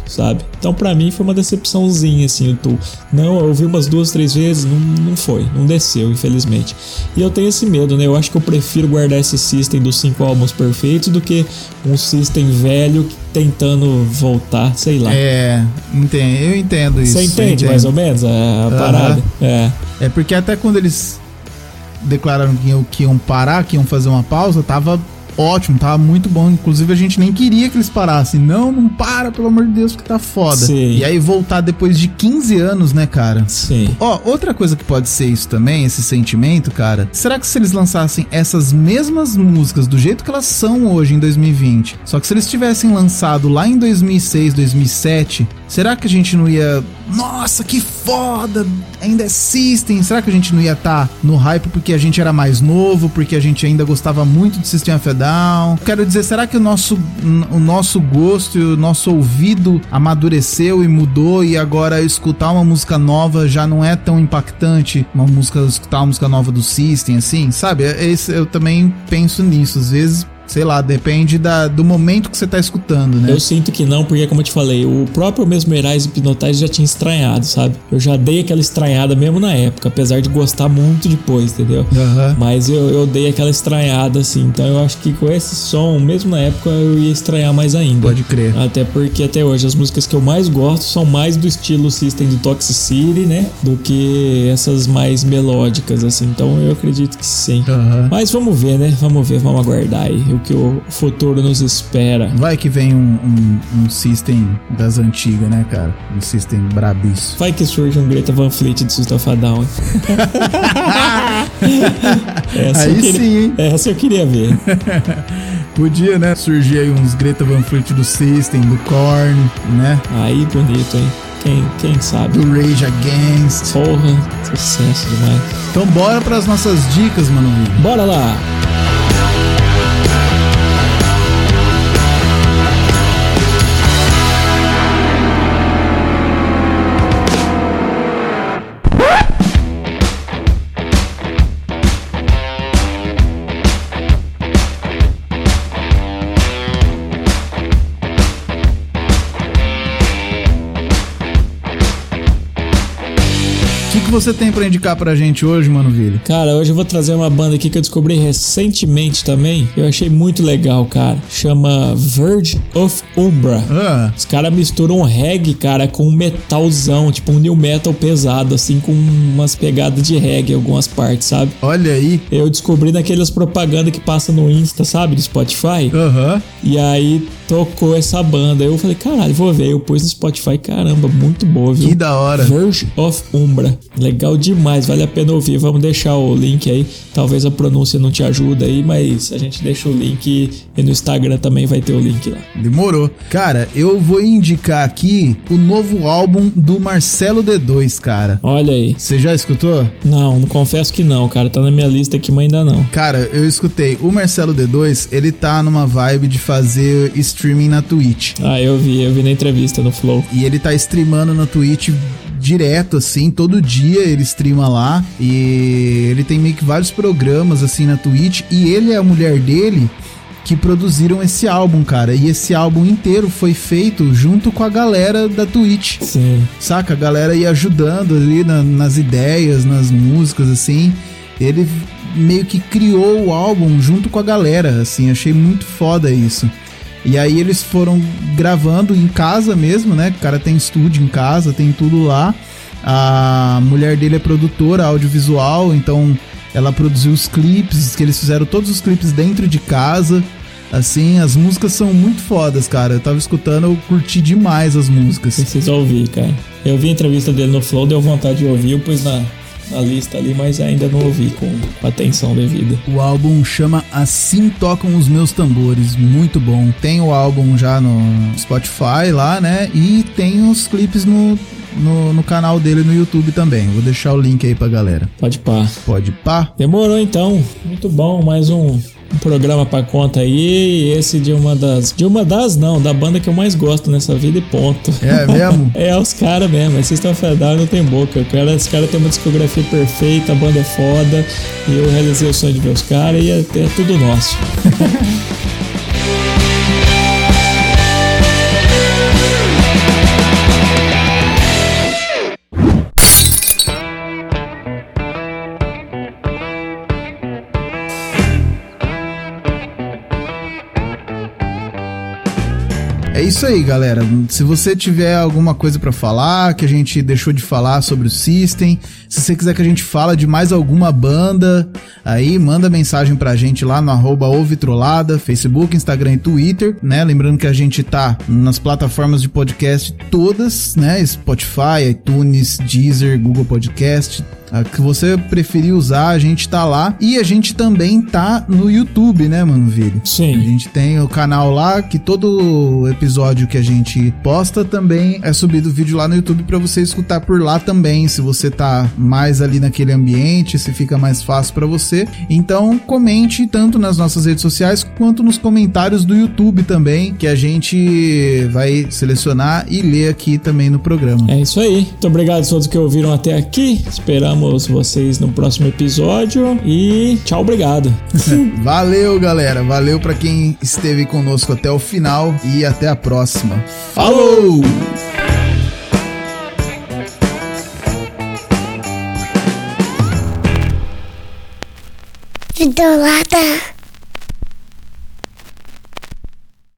sabe? Então pra mim foi uma decepçãozinha, assim, o Tool. Não, eu ouvi umas duas, três vezes, não, não foi, não desceu, infelizmente. E eu tenho esse medo, né? Eu acho que eu prefiro guardar esse System dos cinco álbuns perfeitos do que um System velho tentando voltar, sei lá. É, entendo, eu entendo isso. Você entende mais ou menos a, a Uhum. parada? É. É porque até quando eles declararam que iam, que iam parar, que iam fazer uma pausa, tava ótimo, tava muito bom. Inclusive a gente nem queria que eles parassem. Não, não para, pelo amor de Deus, porque tá foda. Sim. E aí voltar depois de quinze anos, né, cara? Sim. Ó, outra coisa que pode ser isso também, esse sentimento, cara. Será que se eles lançassem essas mesmas músicas do jeito que elas são hoje em dois mil e vinte, só que se eles tivessem lançado lá em dois mil e seis, dois mil e sete, será que a gente não ia... Nossa, que foda! Ainda é System. Será que a gente não ia estar tá no hype porque a gente era mais novo, porque a gente ainda gostava muito de System of a Down? Quero dizer, será que o nosso, o nosso gosto e o nosso ouvido amadureceu e mudou e agora escutar uma música nova já não é tão impactante? Uma música, escutar uma música nova do System, assim, sabe? Esse, eu também penso nisso, às vezes... Sei lá, depende da, do momento que você tá escutando, né? Eu sinto que não, porque como eu te falei, o próprio Mesmerize e Hypnotize já tinha estranhado, sabe? Eu já dei aquela estranhada mesmo na época, apesar de gostar muito depois, entendeu? Uhum. Mas eu, eu dei aquela estranhada, assim. Então eu acho que com esse som, mesmo na época, eu ia estranhar mais ainda. Pode crer. Até porque até hoje as músicas que eu mais gosto são mais do estilo System de Toxicity, né? Do que essas mais melódicas, assim. Então eu acredito que sim. Uhum. Mas vamos ver, né? Vamos ver, vamos aguardar aí o que o futuro nos espera. Vai que vem um, um, um System das antigas, né, cara? Um System brabiço. Vai que surge um Greta Van Fleet de System of a Down. essa Aí queria, sim, hein? Essa eu queria ver. Podia, né? Surgir aí uns Greta Van Fleet do System, do Korn, né? Aí bonito, hein? Quem, quem sabe? Do Rage Against. Porra, sucesso demais. Então bora pras nossas dicas, mano. Bora lá! O que, que você tem pra indicar pra gente hoje, mano, Vili? Cara, hoje eu vou trazer uma banda aqui que eu descobri recentemente também. Eu achei muito legal, cara. Chama Verge of Umbra. Ah, Os caras misturam reggae, cara, com um metalzão, tipo um new metal pesado, assim, com umas pegadas de reggae em algumas partes, sabe? olha aí. Eu descobri naquelas propagandas que passa no Insta, sabe? Do Spotify. Aham. E aí tocou essa banda. Eu falei, caralho, vou ver. Eu pus no Spotify, caramba, muito boa, viu? Que da hora. Verge of Umbra. Legal demais, vale a pena ouvir. Vamos deixar o link aí. Talvez a pronúncia não te ajude aí, mas a gente deixa o link e no Instagram também vai ter o link lá. Demorou. Cara, eu vou indicar aqui o novo álbum do Marcelo D dois, cara. Olha aí. Você já escutou? Não, não confesso que não, cara. Tá na minha lista aqui, mas ainda não. Cara, eu escutei. O Marcelo D dois, ele tá numa vibe de fazer streaming na Twitch. Ah, eu vi, eu vi na entrevista no Flow. E ele tá streamando na Twitch direto, assim, todo dia ele streama lá. E ele tem meio que vários programas, assim, na Twitch. E ele e a mulher dele que produziram esse álbum, cara. E esse álbum inteiro foi feito junto com a galera da Twitch. Sim. Saca? A galera ia ajudando ali na- nas ideias, nas músicas, assim. Ele meio que criou o álbum junto com a galera, assim. Achei muito foda isso. E aí eles foram gravando em casa mesmo, né? O cara tem estúdio em casa, tem tudo lá. A mulher dele é produtora audiovisual, então ela produziu os clipes, que eles fizeram todos os clipes dentro de casa. Assim, as músicas são muito fodas, cara. Eu tava escutando, eu curti demais as músicas. Precisa ouvir, cara. Eu vi a entrevista dele no Flow, deu vontade de ouvir, eu pus na, na lista ali, mas ainda não ouvi com, com atenção devida. O álbum chama Assim Tocam os Meus Tambores, muito bom. Tem o álbum já no Spotify lá, né? E tem os clipes no, no, no canal dele no YouTube também. Vou deixar o link aí pra galera. Pode pá. Pode pá? Demorou então. Muito bom, mais um, um programa pra conta aí. Esse de uma das. De uma das, não, da banda que eu mais gosto nessa vida e ponto. É mesmo? É, os caras mesmo. Vocês estão fedados, não tem boca. O cara, esse cara tem uma discografia perfeita, a banda é foda. E eu realizei o sonho de ver os caras e é, é tudo nosso. É isso aí, galera. Se você tiver alguma coisa pra falar, que a gente deixou de falar sobre o System, se você quiser que a gente fale de mais alguma banda, aí manda mensagem pra gente lá no arroba ouvitrolada, Facebook, Instagram e Twitter, né? Lembrando que a gente tá nas plataformas de podcast todas, né? Spotify, iTunes, Deezer, Google Podcast, a que você preferir usar, a gente tá lá. E a gente também tá no YouTube, né, mano, Vili? Sim. A gente tem o canal lá, que todo episódio que a gente posta também é subido vídeo lá no YouTube pra você escutar por lá também, se você tá mais ali naquele ambiente, se fica mais fácil pra você. Então, comente tanto nas nossas redes sociais, quanto nos comentários do YouTube também, que a gente vai selecionar e ler aqui também no programa. É isso aí. Muito obrigado a todos que ouviram até aqui. Esperamos vocês no próximo episódio e tchau, obrigado. Valeu, galera. Valeu pra quem esteve conosco até o final e até a próxima. Falou! Vitrolada.